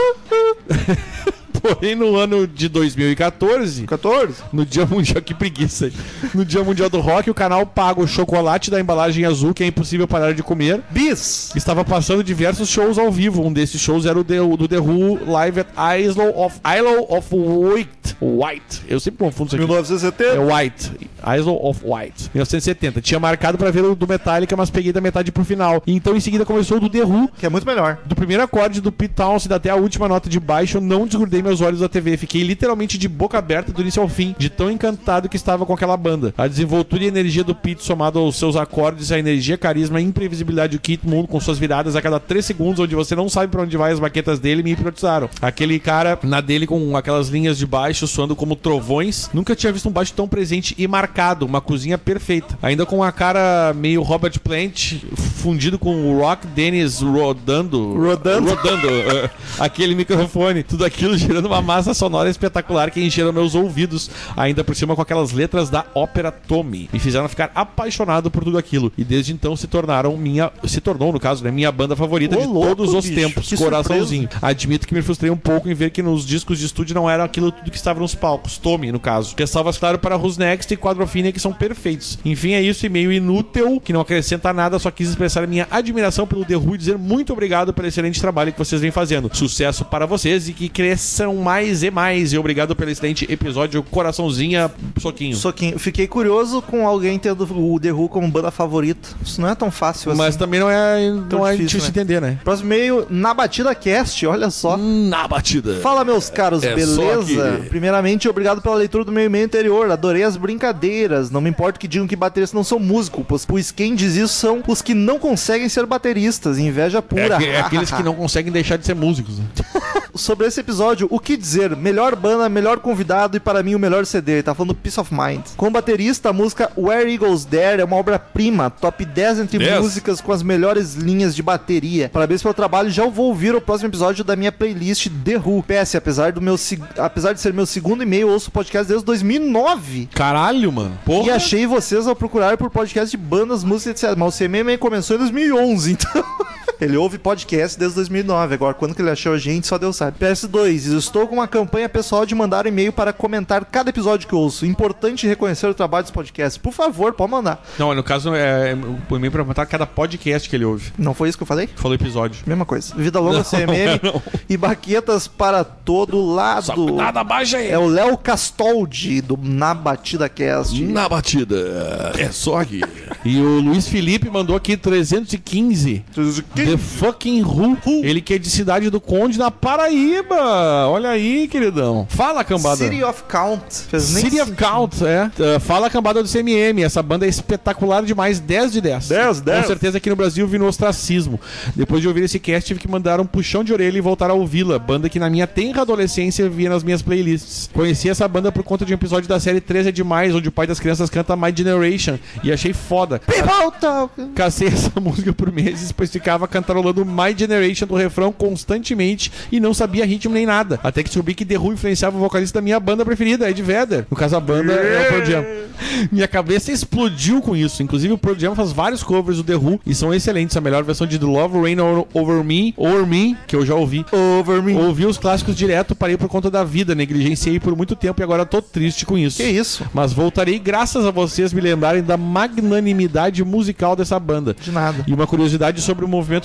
Porém, no ano de dois mil e quatorze, quatorze? No Dia Mundial, que preguiça. No Dia Mundial do Rock, o canal paga o chocolate da embalagem azul, que é impossível parar de comer. Bis! Estava passando diversos shows ao vivo. Um desses shows era o The, do The Who Live at Isle of, Isle of Wight. White. Eu sempre confundo isso aqui. mil novecentos e setenta? É White. Isle of Wight. mil novecentos e setenta. Tinha marcado pra ver o do Metallica, mas peguei da metade pro final. E então, em seguida, começou o do The Who. Que é muito melhor. Do primeiro acorde do Pete Townshend até a última nota de baixo, eu não desgrudei meus olhos da T V. Fiquei literalmente de boca aberta do início ao fim, de tão encantado que estava com aquela banda. A desenvoltura e energia do Pete, somado aos seus acordes, a energia, carisma e imprevisibilidade do Keith Moon, com suas viradas a cada três segundos, onde você não sabe pra onde vai as baquetas dele, me hipnotizaram. Aquele cara na dele com aquelas linhas de baixo soando como trovões. Nunca tinha visto um baixo tão presente e marcado. Uma cozinha perfeita. Ainda com a cara meio Robert Plant, fundido com o Rock Dennis rodando. Rodando? Rodando. uh, aquele microfone. Tudo aquilo gerando uma massa sonora espetacular que encheram meus ouvidos. Ainda por cima com aquelas letras da ópera Tommy. Me fizeram ficar apaixonado por tudo aquilo. E desde então se tornaram minha... Se tornou, no caso, né? Minha banda favorita Ô, de louco, todos os bicho, tempos. que Coraçãozinho. surpresa. Admito que me frustrei um pouco em ver que nos discos de estúdio não era aquilo tudo que estava nos palcos. Tommy, no caso. Ressalvas, claro, para Who's Next e Quadrophenia, que são perfeitos. Enfim, é isso, e meio inútil, que não acrescenta nada, só quis expressar a minha admiração pelo The Who e dizer muito obrigado pelo excelente trabalho que vocês vêm fazendo. Sucesso para vocês e que cresçam mais e mais. E obrigado pelo excelente episódio. Coraçãozinha, soquinho. Soquinho. Fiquei curioso com alguém tendo o The Who como banda favorita. Isso não é tão fácil assim. Mas também não é, não é difícil, difícil né? de entender, né? Próximo e-mail, na Batida Cast, olha só. Na batida. Fala, meus caros, É beleza? só que- Primeiramente, obrigado pela leitura do meu e-mail anterior. Adorei as brincadeiras. Não me importa que digam que bateristas não são músicos, pois, pois quem diz isso são os que não conseguem ser bateristas. Inveja É, pura. aqu- é aqueles que não conseguem deixar de ser músicos, né? Sobre esse episódio, o que dizer? Melhor banda, melhor convidado e para mim o melhor C D. Ele tá falando Peace of Mind. Como baterista, a música Where Eagles Dare é uma obra-prima, top dez entre dez. músicas com as melhores linhas de bateria. Parabéns pelo trabalho, já vou ouvir o próximo episódio da minha playlist The Who. P S, apesar, do meu, se- apesar de ser meu segundo e-mail, eu ouço o podcast desde dois mil e nove. Caralho, mano. Porra. E achei vocês ao procurar por podcast de bandas, músicas, etcétera. Mas o C M M começou em dois mil e onze, então... Ele ouve podcast desde dois mil e nove. Agora, quando que ele achou a gente, só Deus sabe. P S dois. Estou com uma campanha pessoal de mandar e-mail para comentar cada episódio que eu ouço. Importante reconhecer o trabalho dos podcasts. Por favor, pode mandar. Não, no caso, é o e-mail pra comentar cada podcast que ele ouve. Não foi isso que eu falei? Falou episódio. Mesma coisa. Vida longa, Não, C M M não. e baquetas para todo lado. Só cuidado, abaixa aí. É o Léo Castoldi, do Na Batida Cast. Na batida. É só aqui. E o Luiz Felipe mandou aqui trezentos e quinze. The fucking Who. Ele que é de Cidade do Conde, na Paraíba. Olha aí, queridão. Fala, cambada. City of Count. Fez nem City of sentido. Count, é. Uh, fala, cambada do C M M. Essa banda é espetacular demais. dez de dez. dez, dez. Com certeza aqui no Brasil vi no ostracismo. Depois de ouvir esse cast, tive que mandar um puxão de orelha e voltar a ouvi-la. Banda que na minha tenra adolescência via nas minhas playlists. Conheci essa banda por conta de um episódio da série três é Demais, onde o pai das crianças canta My Generation. E achei foda. People talk. Cacei essa música por meses, pois ficava cantarolando My Generation do refrão constantemente e não sabia ritmo nem nada. Até que descobri que The Who influenciava o vocalista da minha banda preferida, Ed Vedder. No caso, a banda é o Pearl Jam. Minha cabeça explodiu com isso. Inclusive, o Pearl Jam faz vários covers do The Who e são excelentes. A melhor versão de The Love Rain Over Me, Over Me, que eu já ouvi. Over me. Ouvi os clássicos direto, parei por conta da vida, negligenciei por muito tempo e agora tô triste com isso. Que isso? Mas voltarei graças a vocês me lembrarem da magnanimidade musical dessa banda. De nada. E uma curiosidade sobre o movimento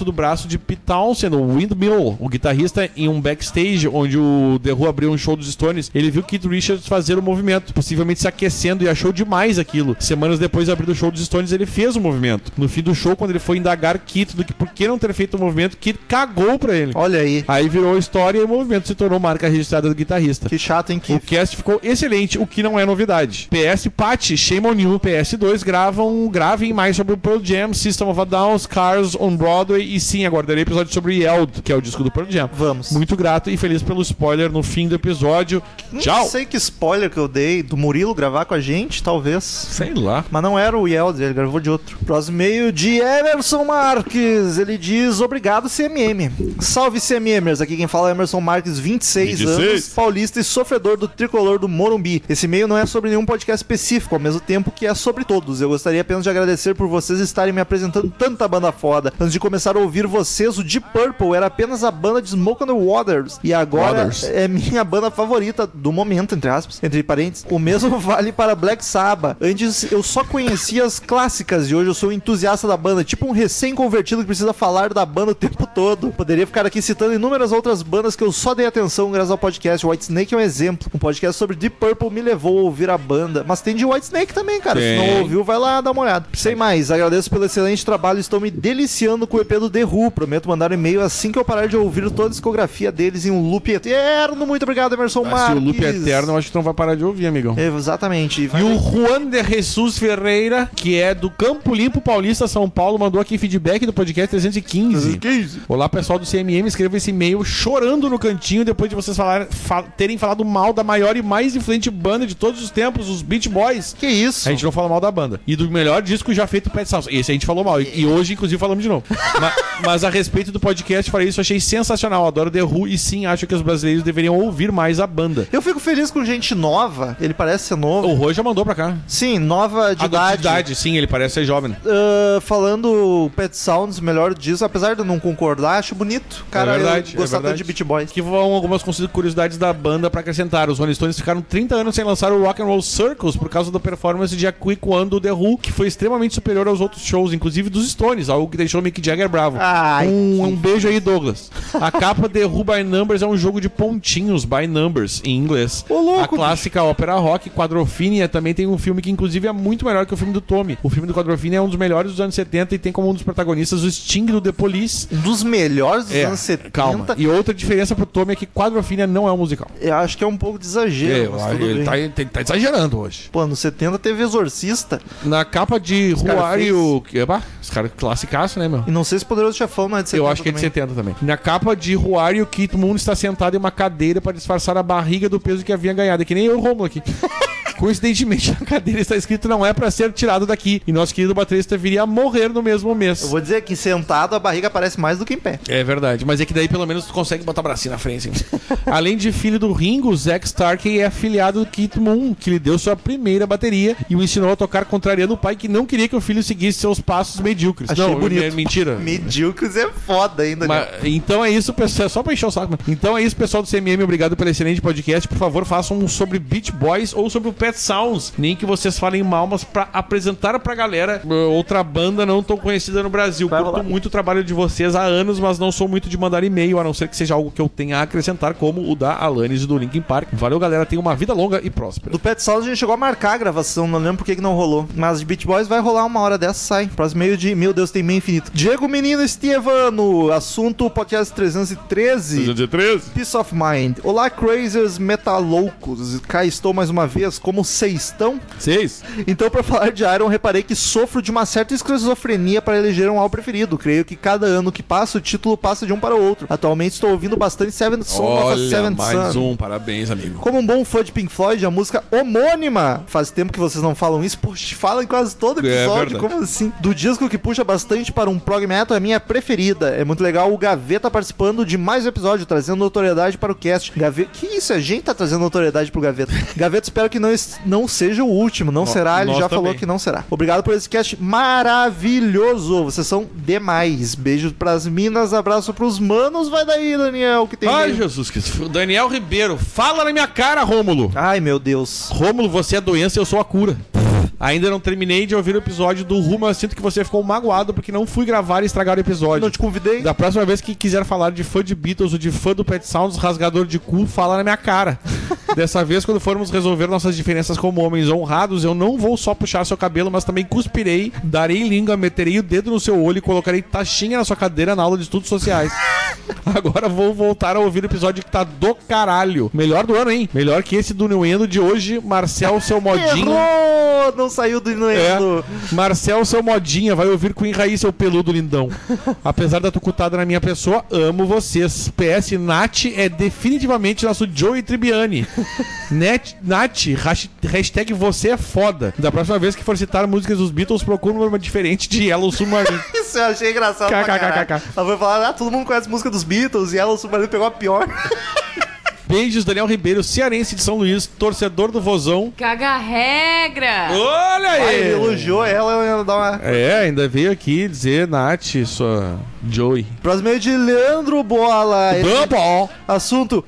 foto do braço de Pete Townshend, o Windmill, o guitarrista, em um backstage onde o The Who abriu um show dos Stones. Ele viu Keith Richards fazer o movimento, possivelmente se aquecendo, e achou demais aquilo. Semanas depois de abrir o show dos Stones, ele fez o movimento. No fim do show, quando ele foi indagar Keith do que por que não ter feito o movimento, Keith cagou pra ele. Olha aí. Aí virou história e o movimento se tornou marca registrada do guitarrista. Que chato, hein, O Keith? cast ficou excelente, o que não é novidade. P S Patch, Shame on You. P S dois, gravam, gravem mais sobre o Pearl Jam, System of a Down, Scars on Broadway, e sim, aguardarei episódio sobre Yeld, que é o disco do Pearl Jam. Vamos. Muito grato e feliz pelo spoiler no fim do episódio. Tchau! Não sei que spoiler que eu dei do Murilo gravar com a gente, talvez. Sei lá. Mas não era o Yeld, ele gravou de outro. Próximo e-mail de Emerson Marques. Ele diz: obrigado, C M M. Salve, C M Mers. Aqui quem fala é Emerson Marques, vinte e seis vinte e seis anos, paulista e sofredor do tricolor do Morumbi. Esse e-mail não é sobre nenhum podcast específico, ao mesmo tempo que é sobre todos. Eu gostaria apenas de agradecer por vocês estarem me apresentando tanta banda foda. Antes de começar a ouvir vocês, o Deep Purple era apenas a banda de Smoke on the Waters. E agora Waters. é minha banda favorita do momento, entre aspas, entre parênteses. O mesmo vale para Black Sabbath. Antes eu só conhecia as clássicas e hoje eu sou um entusiasta da banda, tipo um recém-convertido que precisa falar da banda o tempo todo. Poderia ficar aqui citando inúmeras outras bandas que eu só dei atenção graças ao podcast. Whitesnake é um exemplo. Um podcast sobre Deep Purple me levou a ouvir a banda. Mas tem de Whitesnake também, cara. Tem. Se não ouviu, vai lá dar uma olhada. Sem mais, agradeço pelo excelente trabalho. Estou me deliciando com o E P do The Who. Prometo mandar um e-mail assim que eu parar de ouvir toda a discografia deles em um loop eterno. Muito obrigado, Emerson Se Marques. o loop é eterno, eu acho que tu não vai parar de ouvir, amigão. Exatamente. E o Juan de Jesus Ferreira, que é do Campo Limpo Paulista, São Paulo, mandou aqui feedback do podcast trezentos e quinze. Olá, pessoal do C M M, escreva esse e-mail chorando no cantinho depois de vocês falar, fa- terem falado mal da maior e mais influente banda de todos os tempos, os Beach Boys. Que isso? A gente não fala mal da banda. E do melhor disco já feito Pet Sounds. Esse a gente falou mal. E, e hoje, inclusive, falamos de novo. Ma- mas a respeito do podcast, falei isso, achei sensacional. Adoro The Who e sim, acho que os brasileiros deveriam ouvir mais a banda. Eu fico feliz com gente nova. Ele parece ser novo. O Rô já mandou pra cá. Sim, nova de A idade. de idade, sim, ele parece ser jovem. Uh, falando Pet Sounds, melhor disso, apesar de eu não concordar, acho bonito. Cara, É verdade, eu gostar é verdade. tanto de Beach Boys. Que vão algumas curiosidades da banda pra acrescentar. Os Rolling Stones ficaram trinta anos sem lançar o Rock and Roll Circus por causa da performance de A Quick One do The Who, que foi extremamente superior aos outros shows, inclusive dos Stones, algo que deixou o Mick Jagger bravo. Ai, um, um beijo aí, Douglas. A capa The Who by Numbers é um jogo de pontinhos, by numbers, em inglês. Ô, louco, A clássica ópera rock, Quadrophenia, também tem um filme que inclusive é muito melhor que o filme do Tommy. O filme do Quadrophenia é um dos melhores dos anos setenta e tem como um dos protagonistas o Sting do The Police. Um dos melhores dos É, anos setenta. calma. E outra diferença pro Tommy é que Quadrophenia não é um musical. Eu acho que é um pouco de exagero. mas tudo ele bem. tá, ele tá exagerando hoje. Pô, nos setenta teve Exorcista. Na capa de cara Who Are You... Epá, os caras classicaço, né, meu? E não sei se Poderoso Chefão não é de setenta. Eu acho que é de também. setenta também. Na capa de Who Are You, Keith Moon está sentado em uma cadeira para disfarçar a barriga do peso que havia ganhado. É que nem eu e o Romulo aqui. Coincidentemente, na cadeira está escrito não é para ser tirado daqui. E nosso querido baterista viria a morrer no mesmo mês. Eu vou dizer que sentado a barriga parece mais do que em pé. É verdade, mas é que daí pelo menos tu consegue botar o bracinho na frente. Assim. Além de filho do Ringo, o Zack Starkey é afilhado do Keith Moon, que lhe deu sua primeira bateria e o ensinou a tocar contrariando o pai que não queria que o filho seguisse seus passos medíocres. Achei não, bonito. é mentira. Medíocres é foda ainda, Mas, então é isso, pessoal. É só pra encher o saco, mano. Então é isso, pessoal do C M M. Obrigado pelo excelente podcast. Por favor, façam um sobre Beach Boys ou sobre o Pet Sounds. Nem que vocês falem mal, mas pra apresentar pra galera uh, outra banda não tão conhecida no Brasil. Vai Curto rolar. muito o trabalho de vocês há anos, mas não sou muito de mandar e-mail, a não ser que seja algo que eu tenha a acrescentar, como o da Alanis e do Linkin Park. Valeu, galera. Tenha uma vida longa e próspera. Do Pet Sounds a gente chegou a marcar a gravação, não lembro por que que não rolou. Mas de Beach Boys vai rolar uma hora dessa, sai. Próximo meio de... Meu Deus, tem meio infinito. Diego Menino Estevano, assunto podcast trezentos e treze. trezentos e treze. Peace of Mind. Olá, Crazers Metaloucos. Cá estou mais uma vez. Como vocês estão? Seis. Então, pra falar de Iron, reparei que sofro de uma certa esquizofrenia para eleger um álbum preferido. Creio que cada ano que passa, o título passa de um para o outro. Atualmente estou ouvindo bastante Seventh Son of a Olha, Seventh mais Son. um. Parabéns, amigo. Como um bom fã de Pink Floyd, a música homônima. Faz tempo que vocês não falam isso. Poxa, falam em quase todo episódio. verdade. Como assim? Do disco que puxa bastante para um prog metal, é a minha preferida. É muito legal o Gaveta participando de mais um episódio, trazendo notoriedade para o cast. Gaveta... Que isso? A gente tá trazendo notoriedade pro Gaveta. Gaveta, espero que não, es- não seja o último. Não No- será, ele nós já falou também. que não será. Obrigado por esse cast maravilhoso. Vocês são demais. Beijo pras minas, abraço pros manos. Vai daí, Daniel, que tem... Ai, meio- Jesus Cristo. Daniel Ribeiro, fala na minha cara, Rômulo. Ai, meu Deus. Rômulo, você é a doença e eu sou a cura. Ainda não terminei de ouvir o episódio do Rumo, mas sinto que você ficou magoado porque não fui gravar e estragar o episódio. Não te convidei. Da próxima vez que quiser falar de fã de Beatles ou de fã do Pet Sounds, rasgador de cu, fala na minha cara. Dessa vez, quando formos resolver nossas diferenças como homens honrados, eu não vou só puxar seu cabelo, mas também cuspirei, darei língua, meterei o dedo no seu olho e colocarei taxinha na sua cadeira na aula de estudos sociais. Agora vou voltar a ouvir o episódio que tá do caralho. Melhor do ano, hein? Melhor que esse do Inuendo de hoje, Marcel, seu modinho. Errou! Não saiu do Inuendo. É. Marcel, seu modinha, vai ouvir Queen Raiz, seu peludo lindão. Apesar da tucutada na minha pessoa, amo vocês. P S, Nath é definitivamente nosso Joey Tribbiani. Net, Nath, hashtag você é foda. Da próxima vez que for citar músicas dos Beatles, procura uma diferente de Yellow Submarine. Isso eu achei engraçado pra caralho. Ela foi falar, ah, todo mundo conhece música dos Beatles e Yellow Submarine pegou a pior. Beijos, Daniel Ribeiro, cearense de São Luís, torcedor do Vozão. Caga regra! Olha aí! Ai, ele elogiou ela, ela ia dar uma... É, ainda veio aqui dizer, Nath, sua Joey. Próximo é de Leandro Bola. Ele... Bom. Assunto...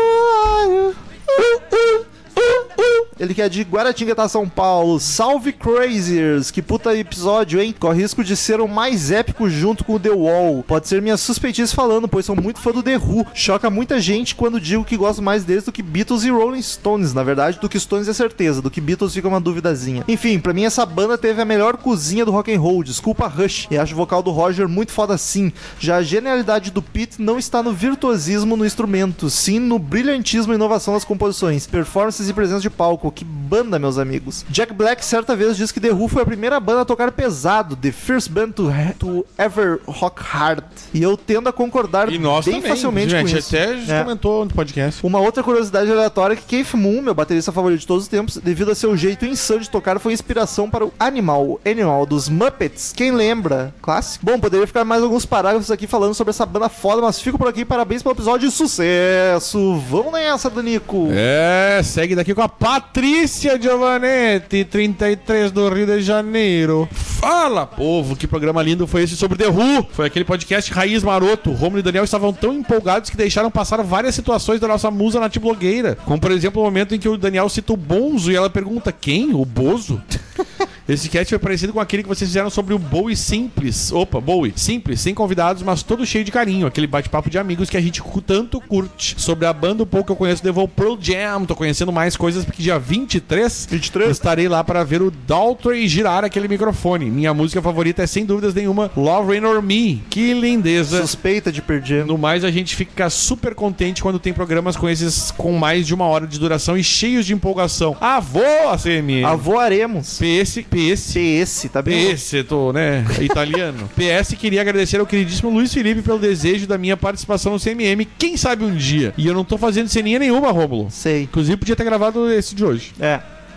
Ele que é de Guaratinguetá, São Paulo. Salve Craziers! Que puta episódio, hein? Corre risco de ser o mais épico junto com o The Wall. Pode ser minha suspeitice falando, pois sou muito fã do The Who. Choca muita gente quando digo que gosto mais deles do que Beatles e Rolling Stones. Na verdade, do que Stones é certeza, do que Beatles fica uma duvidazinha. Enfim, pra mim essa banda teve a melhor cozinha do rock and roll. Desculpa Rush. E acho o vocal do Roger muito foda sim. Já a genialidade do Pete não está no virtuosismo no instrumento, sim no brilhantismo e inovação das composições, performances e presença de palco. Que banda, meus amigos. Jack Black certa vez disse que The Who foi a primeira banda a tocar pesado, the first band to, to ever rock hard. E eu tendo a concordar e nós bem também, facilmente gente, com isso. Até é. comentou no podcast. Uma outra curiosidade aleatória é que Keith Moon, meu baterista favorito de todos os tempos, devido a seu jeito insano de tocar, foi inspiração para o Animal, o Animal dos Muppets. Quem lembra? Clássico. Bom, poderia ficar mais alguns parágrafos aqui falando sobre essa banda foda, mas fico por aqui. Parabéns pelo episódio de sucesso. Vamos nessa, Danico. É, segue daqui com a Patrícia Giovanetti, trinta e três do Rio de Janeiro. Fala, povo, que programa lindo foi esse sobre The Who. Foi aquele podcast raiz maroto. Romulo e Daniel estavam tão empolgados que deixaram passar várias situações da nossa musa nati-blogueira. Como, por exemplo, o momento em que o Daniel cita o Bonzo e ela pergunta, quem? O Bozo? Esse cast foi parecido com aquele que vocês fizeram sobre o Bowie Simples. Opa, Bowie. Simples, sem convidados, mas todo cheio de carinho. Aquele bate-papo de amigos que a gente tanto curte. Sobre a banda, o pouco que eu conheço, levou Pearl Jam. Tô conhecendo mais coisas porque dia vinte e três, vinte e três estarei lá para ver o Daltrey girar aquele microfone. Minha música favorita é, sem dúvidas nenhuma, Love Rain or Me. Que lindeza. Suspeita de perder. No mais, a gente fica super contente quando tem programas com esses com mais de uma hora de duração e cheios de empolgação. Avô, A C M M. Avoaremos. P S... P S. P S, tá bem? P S, tô, né? Italiano. P S, queria agradecer ao queridíssimo Luiz Felipe pelo desejo da minha participação no C M M. Quem sabe um dia? E eu não tô fazendo ceninha nenhuma, Rômulo. Sei. Inclusive, podia ter gravado esse de hoje. É.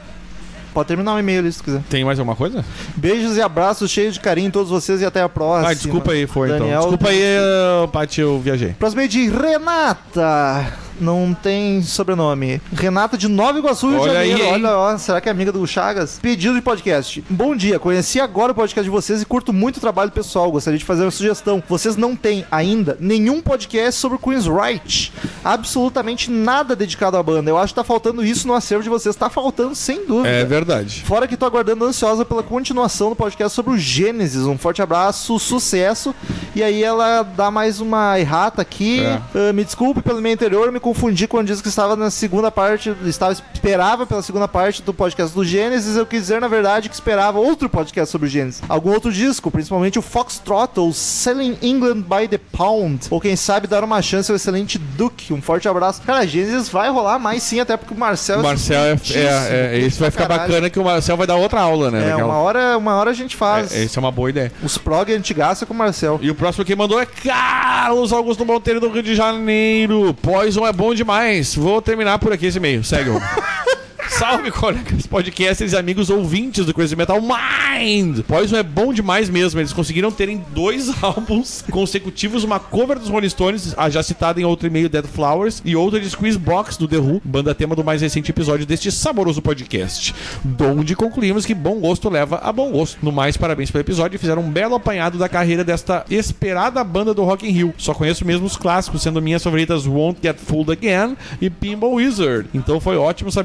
Pode terminar o e-mail ali se quiser. Tem mais alguma coisa? Beijos e abraços cheios de carinho em todos vocês e até a próxima. Ah, desculpa aí, foi Daniel... então. Desculpa aí, Paty, eu viajei. Próximo é de Renata. Não tem sobrenome. Renata de Nova Iguaçu, Rio de Janeiro. Aí, olha, ó, será que é amiga do Chagas? Pedido de podcast. Bom dia, conheci agora o podcast de vocês e curto muito o trabalho pessoal. Gostaria de fazer uma sugestão. Vocês não têm ainda nenhum podcast sobre Queen's Right. Absolutamente nada dedicado à banda. Eu acho que tá faltando isso no acervo de vocês. Tá faltando, sem dúvida. É verdade. Fora que tô aguardando ansiosa pela continuação do podcast sobre o Gênesis. Um forte abraço, sucesso. E aí ela dá mais uma errata aqui. É. Uh, me desculpe pelo meu interior, me confundi quando disse que estava na segunda parte, estava, esperava pela segunda parte do podcast do Gênesis. Eu quis dizer, na verdade, que esperava outro podcast sobre o Gênesis. Algum outro disco, principalmente o Foxtrot ou Selling England by the Pound. Ou quem sabe dar uma chance ao excelente Duke. Um forte abraço. Cara, a Gênesis vai rolar mais sim, até porque o Marcel... O Marcel é... é, é, é isso vai ficar caralho. Bacana que o Marcel vai dar outra aula, né? É, Daquela... uma hora, uma hora a gente faz. É, essa é uma boa ideia. Os prog antigaça com o Marcel. E o próximo que mandou é Carlos Augusto Monteiro do Rio de Janeiro. Poison é bom demais. Vou terminar por aqui esse e-mail. Segue o... Salve, colegas, podcasters e amigos ouvintes do Crazy Metal Mind! Poison é bom demais mesmo. Eles conseguiram ter em dois álbuns consecutivos uma cover dos Rolling Stones, a já citada em outro e-mail, Dead Flowers, e outra de Squeeze Box do The Who, banda tema do mais recente episódio deste saboroso podcast. Donde concluímos que bom gosto leva a bom gosto. No mais, parabéns pelo episódio e fizeram um belo apanhado da carreira desta esperada banda do Rock in Rio. Só conheço mesmo os clássicos, sendo minhas favoritas Won't Get Fooled Again e Pinball Wizard. Então foi ótimo saber um pouco mais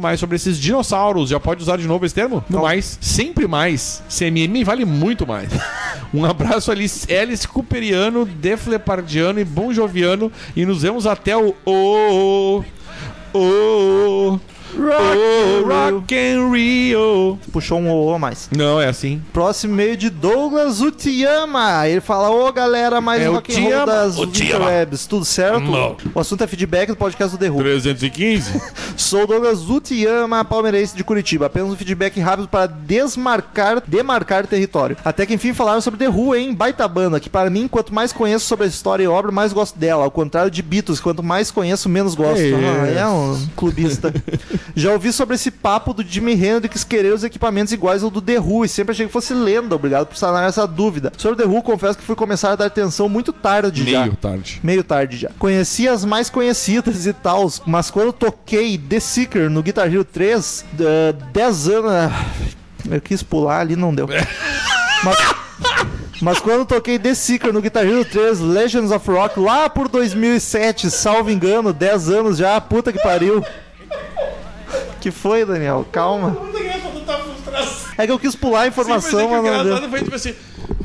mais sobre esses dinossauros. Já pode usar de novo esse termo? No mais, sempre mais. C M M vale muito mais. Um abraço ali, Alice Cooperiano, Deflepardiano e Bon Joviano. E nos vemos até o... o, o, o Rock, oh, rock and Rio. Puxou um O a mais. Não, é assim. Próximo e-mail de Douglas Utiama. Ele fala: ô galera, mais é um rock and roll das Utiama. Webs. Tudo certo? Não. O assunto é feedback do podcast do The Who. trezentos e quinze. Sou o Douglas Utiama, palmeirense de Curitiba. Apenas um feedback rápido para desmarcar, demarcar território. Até que enfim falaram sobre The Who, hein? Baita banda, que para mim, quanto mais conheço sobre a história e obra, mais gosto dela. Ao contrário de Beatles, quanto mais conheço, menos gosto. É, ah, é um clubista. Já ouvi sobre esse papo do Jimi Hendrix querer os equipamentos iguais ao do The Who e sempre achei que fosse lenda. Obrigado por sanar essa dúvida. Sobre The Who, confesso que fui começar a dar atenção muito tarde Meio já. Meio tarde. Meio tarde já. Conheci as mais conhecidas e tal, mas quando eu toquei The Seeker no Guitar Hero três, uh, dez anos... Eu quis pular ali, não deu. Mas... Mas quando eu toquei The Seeker no Guitar Hero três Legends of Rock lá por dois mil e sete, salvo engano, dez anos já, puta que pariu. Que foi, Daniel? Calma. É que eu quis pular a informação, Sim, mas é que mas não deu. engraçado foi tipo assim...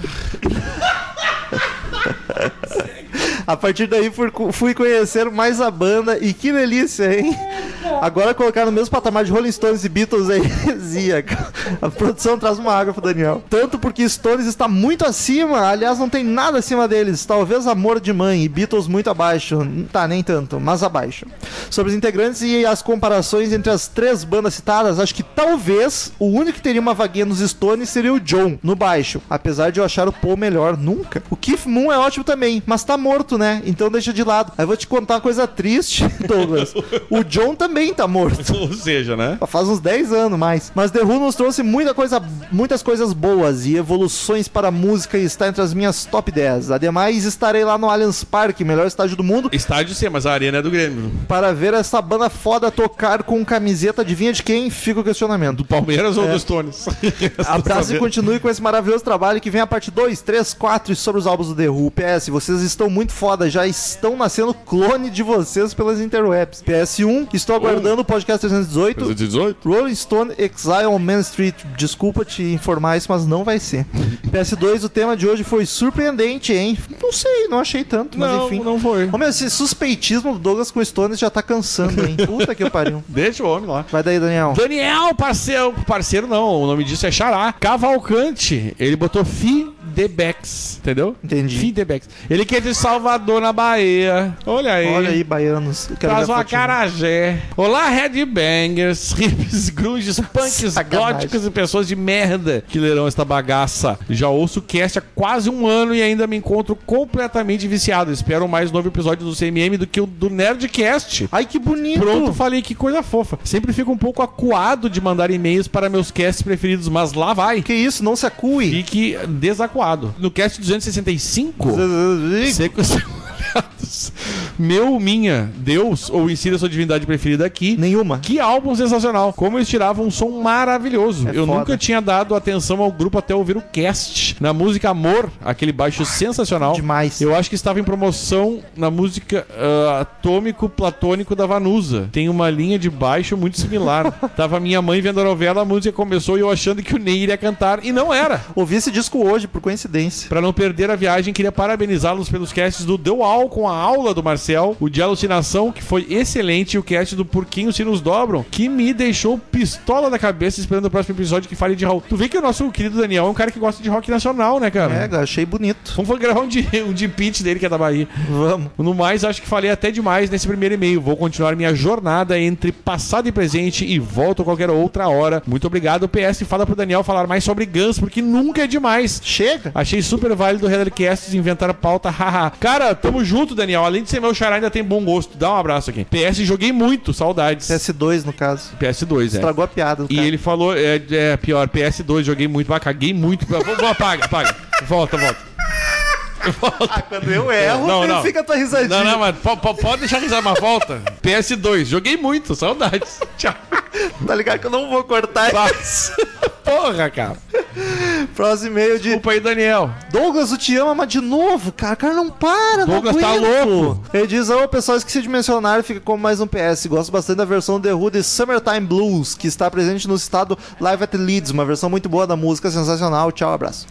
A partir daí fui, fui conhecer mais a banda e que delícia, hein? Agora colocar no mesmo patamar de Rolling Stones e Beatles é heresia. A produção traz uma água pro Daniel. Tanto porque Stones está muito acima, aliás não tem nada acima deles. Talvez Amor de Mãe e Beatles muito abaixo. Tá, nem tanto, mas abaixo. Sobre os integrantes e as comparações entre as três bandas citadas, acho que talvez o único que teria uma vaguinha nos Stones seria o John, no baixo. Apesar de eu achar o Paul melhor, nunca. O Keith Moon é ótimo também, mas tá morto, né? Então deixa de lado. Aí eu vou te contar uma coisa triste, Douglas. O John também tá morto. Ou seja, né? Faz uns dez anos mais. Mas The Who nos trouxe muita coisa, muitas coisas boas e evoluções para a música e está entre as minhas top dez. Ademais, estarei lá no Allianz Parque, melhor estádio do mundo, Estádio sim, mas a arena é do Grêmio. para ver essa banda foda tocar com camiseta. Adivinha de quem? Fica o questionamento. Do Palmeiras ou É. dos Stones? Abraço e continue com esse maravilhoso trabalho que vem a parte dois, três, quatro e sobre os álbuns do The Who. P S, vocês estão muito foda, já estão nascendo clone de vocês pelas interwebs. P S um, estou aguardando o podcast trezentos e dezoito. trezentos e dezoito? Rolling Stone Exile on Main Street. Desculpa te informar isso, mas não vai ser. P S dois, o tema de hoje foi surpreendente, hein? Não sei, não achei tanto, mas Não, enfim. não foi. Ô, meu, esse suspeitismo do Douglas com Stones já tá cansando, hein? Puta que pariu. Deixa o homem lá. Vai daí, Daniel. Daniel, parceiro. Parceiro não, o nome disso é Xará. Cavalcante. Ele botou Fi de Bex, entendeu? Entendi. Fi de Bex. Ele quer de Salvador, na Bahia. Olha aí. Olha aí, baianos. Eu quero Traz ver a uma fotinha. acarajé. Olá, headbangers, hippies, grunges, punks, Sacanagem. góticos e pessoas de merda que lerão esta bagaça. Já ouço o cast há quase um ano e ainda me encontro completamente viciado. Espero mais um novo episódio do C M M do que o do Nerdcast. Ai, que bonito. Pronto, falei, que coisa fofa. Sempre fico um pouco acuado de mandar e-mails para meus casts preferidos, mas lá vai. Que isso, não se acue. Fique desacuado. No cast duzentos e sessenta e cinco... Secos molhados. Meu, minha, Deus, ou insira sua divindade preferida aqui. Nenhuma. Que álbum sensacional. Como eles tiravam um som maravilhoso. É Eu foda. nunca tinha dado atenção ao grupo até ouvir o cast. Na música Amor, aquele baixo sensacional. Demais. Eu acho que estava em promoção na música ah, Atômico Platônico da Vanusa. Tem uma linha de baixo muito similar. Tava minha mãe vendo a novela, a música começou e eu achando que o Ney iria cantar. E não era. Ouvi esse disco hoje, por coincidência. Pra não perder a viagem, queria parabenizá-los pelos casts do The Wall com a aula do Marcel, o de alucinação, que foi excelente, e o cast do Porquinho os Sinos Dobram, que me deixou pistola da cabeça esperando o próximo episódio que fale de Raul. Tu vê que o nosso querido Daniel é um cara que gosta de rock nacional, né, cara? É, achei bonito. Vamos gravar um de, um de pitch dele, que é da Bahia. Vamos. No mais, acho que falei até demais nesse primeiro e-mail. Vou continuar minha jornada entre passado e presente e volto a qualquer outra hora. Muito obrigado. P S, fala pro Daniel falar mais sobre Guns, porque nunca é demais. Chega. Achei super válido o Headercast inventar a pauta, haha. Cara, tamo junto, Daniel. Além de ser meu xará, ainda tem bom gosto. Dá um abraço aqui. P S, joguei muito, saudades. P S dois, no caso. P S dois, é. Estragou a piada do E cara. ele falou, é, é pior, P S dois, joguei muito, ah, caguei muito. Vou, vou, apaga, apaga. Volta, volta. Ah, quando eu erro, Não, não. fica a tua risadinha. Não, não, mas po- po- pode deixar risar uma volta. P S dois, joguei muito, saudades. Tchau. Tá ligado que eu não vou cortar Vai. isso. Porra, cara. Próximo e-mail de Desculpa aí, Daniel. Douglas, o te ama, mas de novo, cara, o cara não para, Douglas não tá aguento. louco. Ele diz, ô pessoal, esqueci de mencionar, fica como mais um P S. Gosto bastante da versão The Who de Summertime Blues, que está presente no estado Live at Leeds, uma versão muito boa da música, sensacional. Tchau, abraço.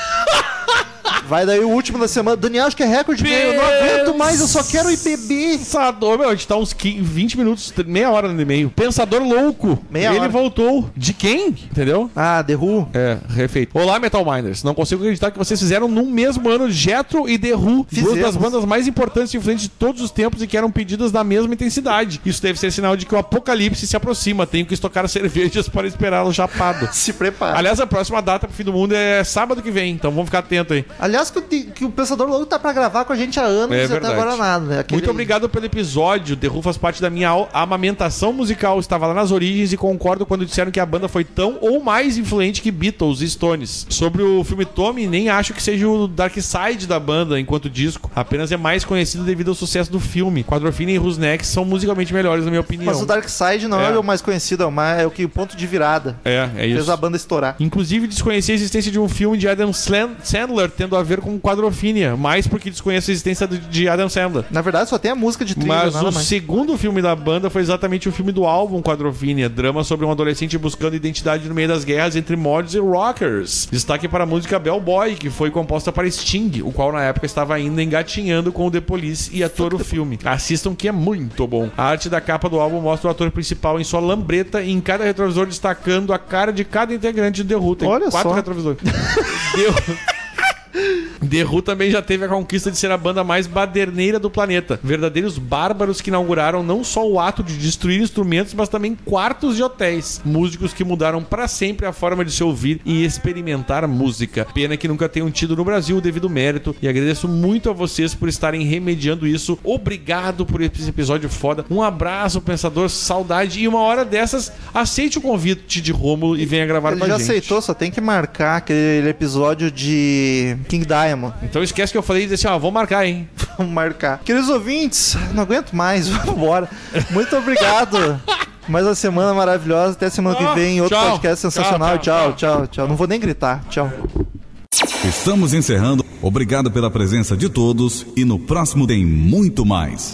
Vai daí o último da semana. Daniel, acho que é recorde meio. Eu não aguento mais, eu só quero ir beber. Pensador, meu, a gente tá uns quinze, vinte minutos, meia hora no e-mail. Pensador louco. Meia Ele hora. voltou. De quem? Entendeu? Ah, The Who. É, refeito. Olá, Metal Minders. Não consigo acreditar que vocês fizeram no mesmo ano Jethro e The Who, Fizemos. duas das bandas mais importantes e influentes de todos os tempos e que eram pedidas na mesma intensidade. Isso deve ser sinal de que o apocalipse se aproxima. Tenho que estocar cervejas para esperá-lo chapado. Se prepara. Aliás, a próxima data pro fim do mundo é sábado que vem, então vamos ficar atento aí. Aliás, que o, que o Pensador Louco tá pra gravar com a gente há anos É e verdade. até agora nada, né? Aquele- Muito obrigado pelo episódio. The Who faz parte da minha au- amamentação musical. Estava lá nas origens e concordo quando disseram que a banda foi tão ou mais influente que Beatles e Stones. Sobre o filme Tommy, nem acho que seja o Dark Side da banda enquanto disco. Apenas é mais conhecido devido ao sucesso do filme. Quadrophenia e Who's Next são musicalmente melhores, na minha opinião. Mas o Dark Side não é, É. o mais conhecido, é o, mais, é o que o ponto de virada. É, é Fez isso. a banda estourar. Inclusive, desconheci a existência de um filme de Adam Slan- Sandler tendo a ver com Quadrophenia, mais porque desconheço a existência do- de Adam Sandler. Na verdade, só tem a música de trilha, Mas nada o mais. segundo filme da banda foi exatamente o filme do álbum Quadrophenia, drama sobre um adolescente buscando identidade no meio das guerras entre mods e rockers. Destaque para a música Bellboy, que foi composta para Sting, o qual na época estava ainda engatinhando com o The Police e ator o filme. Assistam que é muito bom. A arte da capa do álbum mostra o ator principal em sua lambreta e em cada retrovisor destacando a cara de cada integrante do The Who. Tem Olha quatro só. retrovisores. The Who- The Who também já teve a conquista de ser a banda mais baderneira do planeta. Verdadeiros bárbaros que inauguraram não só o ato de destruir instrumentos, mas também quartos de hotéis. Músicos que mudaram pra sempre a forma de se ouvir e experimentar música. Pena que nunca tenham tido no Brasil o devido mérito, e agradeço muito a vocês por estarem remediando isso. Obrigado por esse episódio foda. Um abraço, pensador, saudade, e uma hora dessas, aceite o convite de Rômulo e venha gravar Ele com a já gente. aceitou, só tem que marcar aquele episódio de King Diamond. Então esquece que eu falei e disse assim, ó, vou marcar, hein? Vamos marcar. Queridos ouvintes, não aguento mais, vamos embora. Muito obrigado. Mais uma semana maravilhosa. Até semana que vem, outro Tchau. podcast sensacional. Tchau, Tchau, tchau, tchau. Não vou nem gritar. Tchau. Estamos encerrando. Obrigado pela presença de todos e no próximo tem muito mais.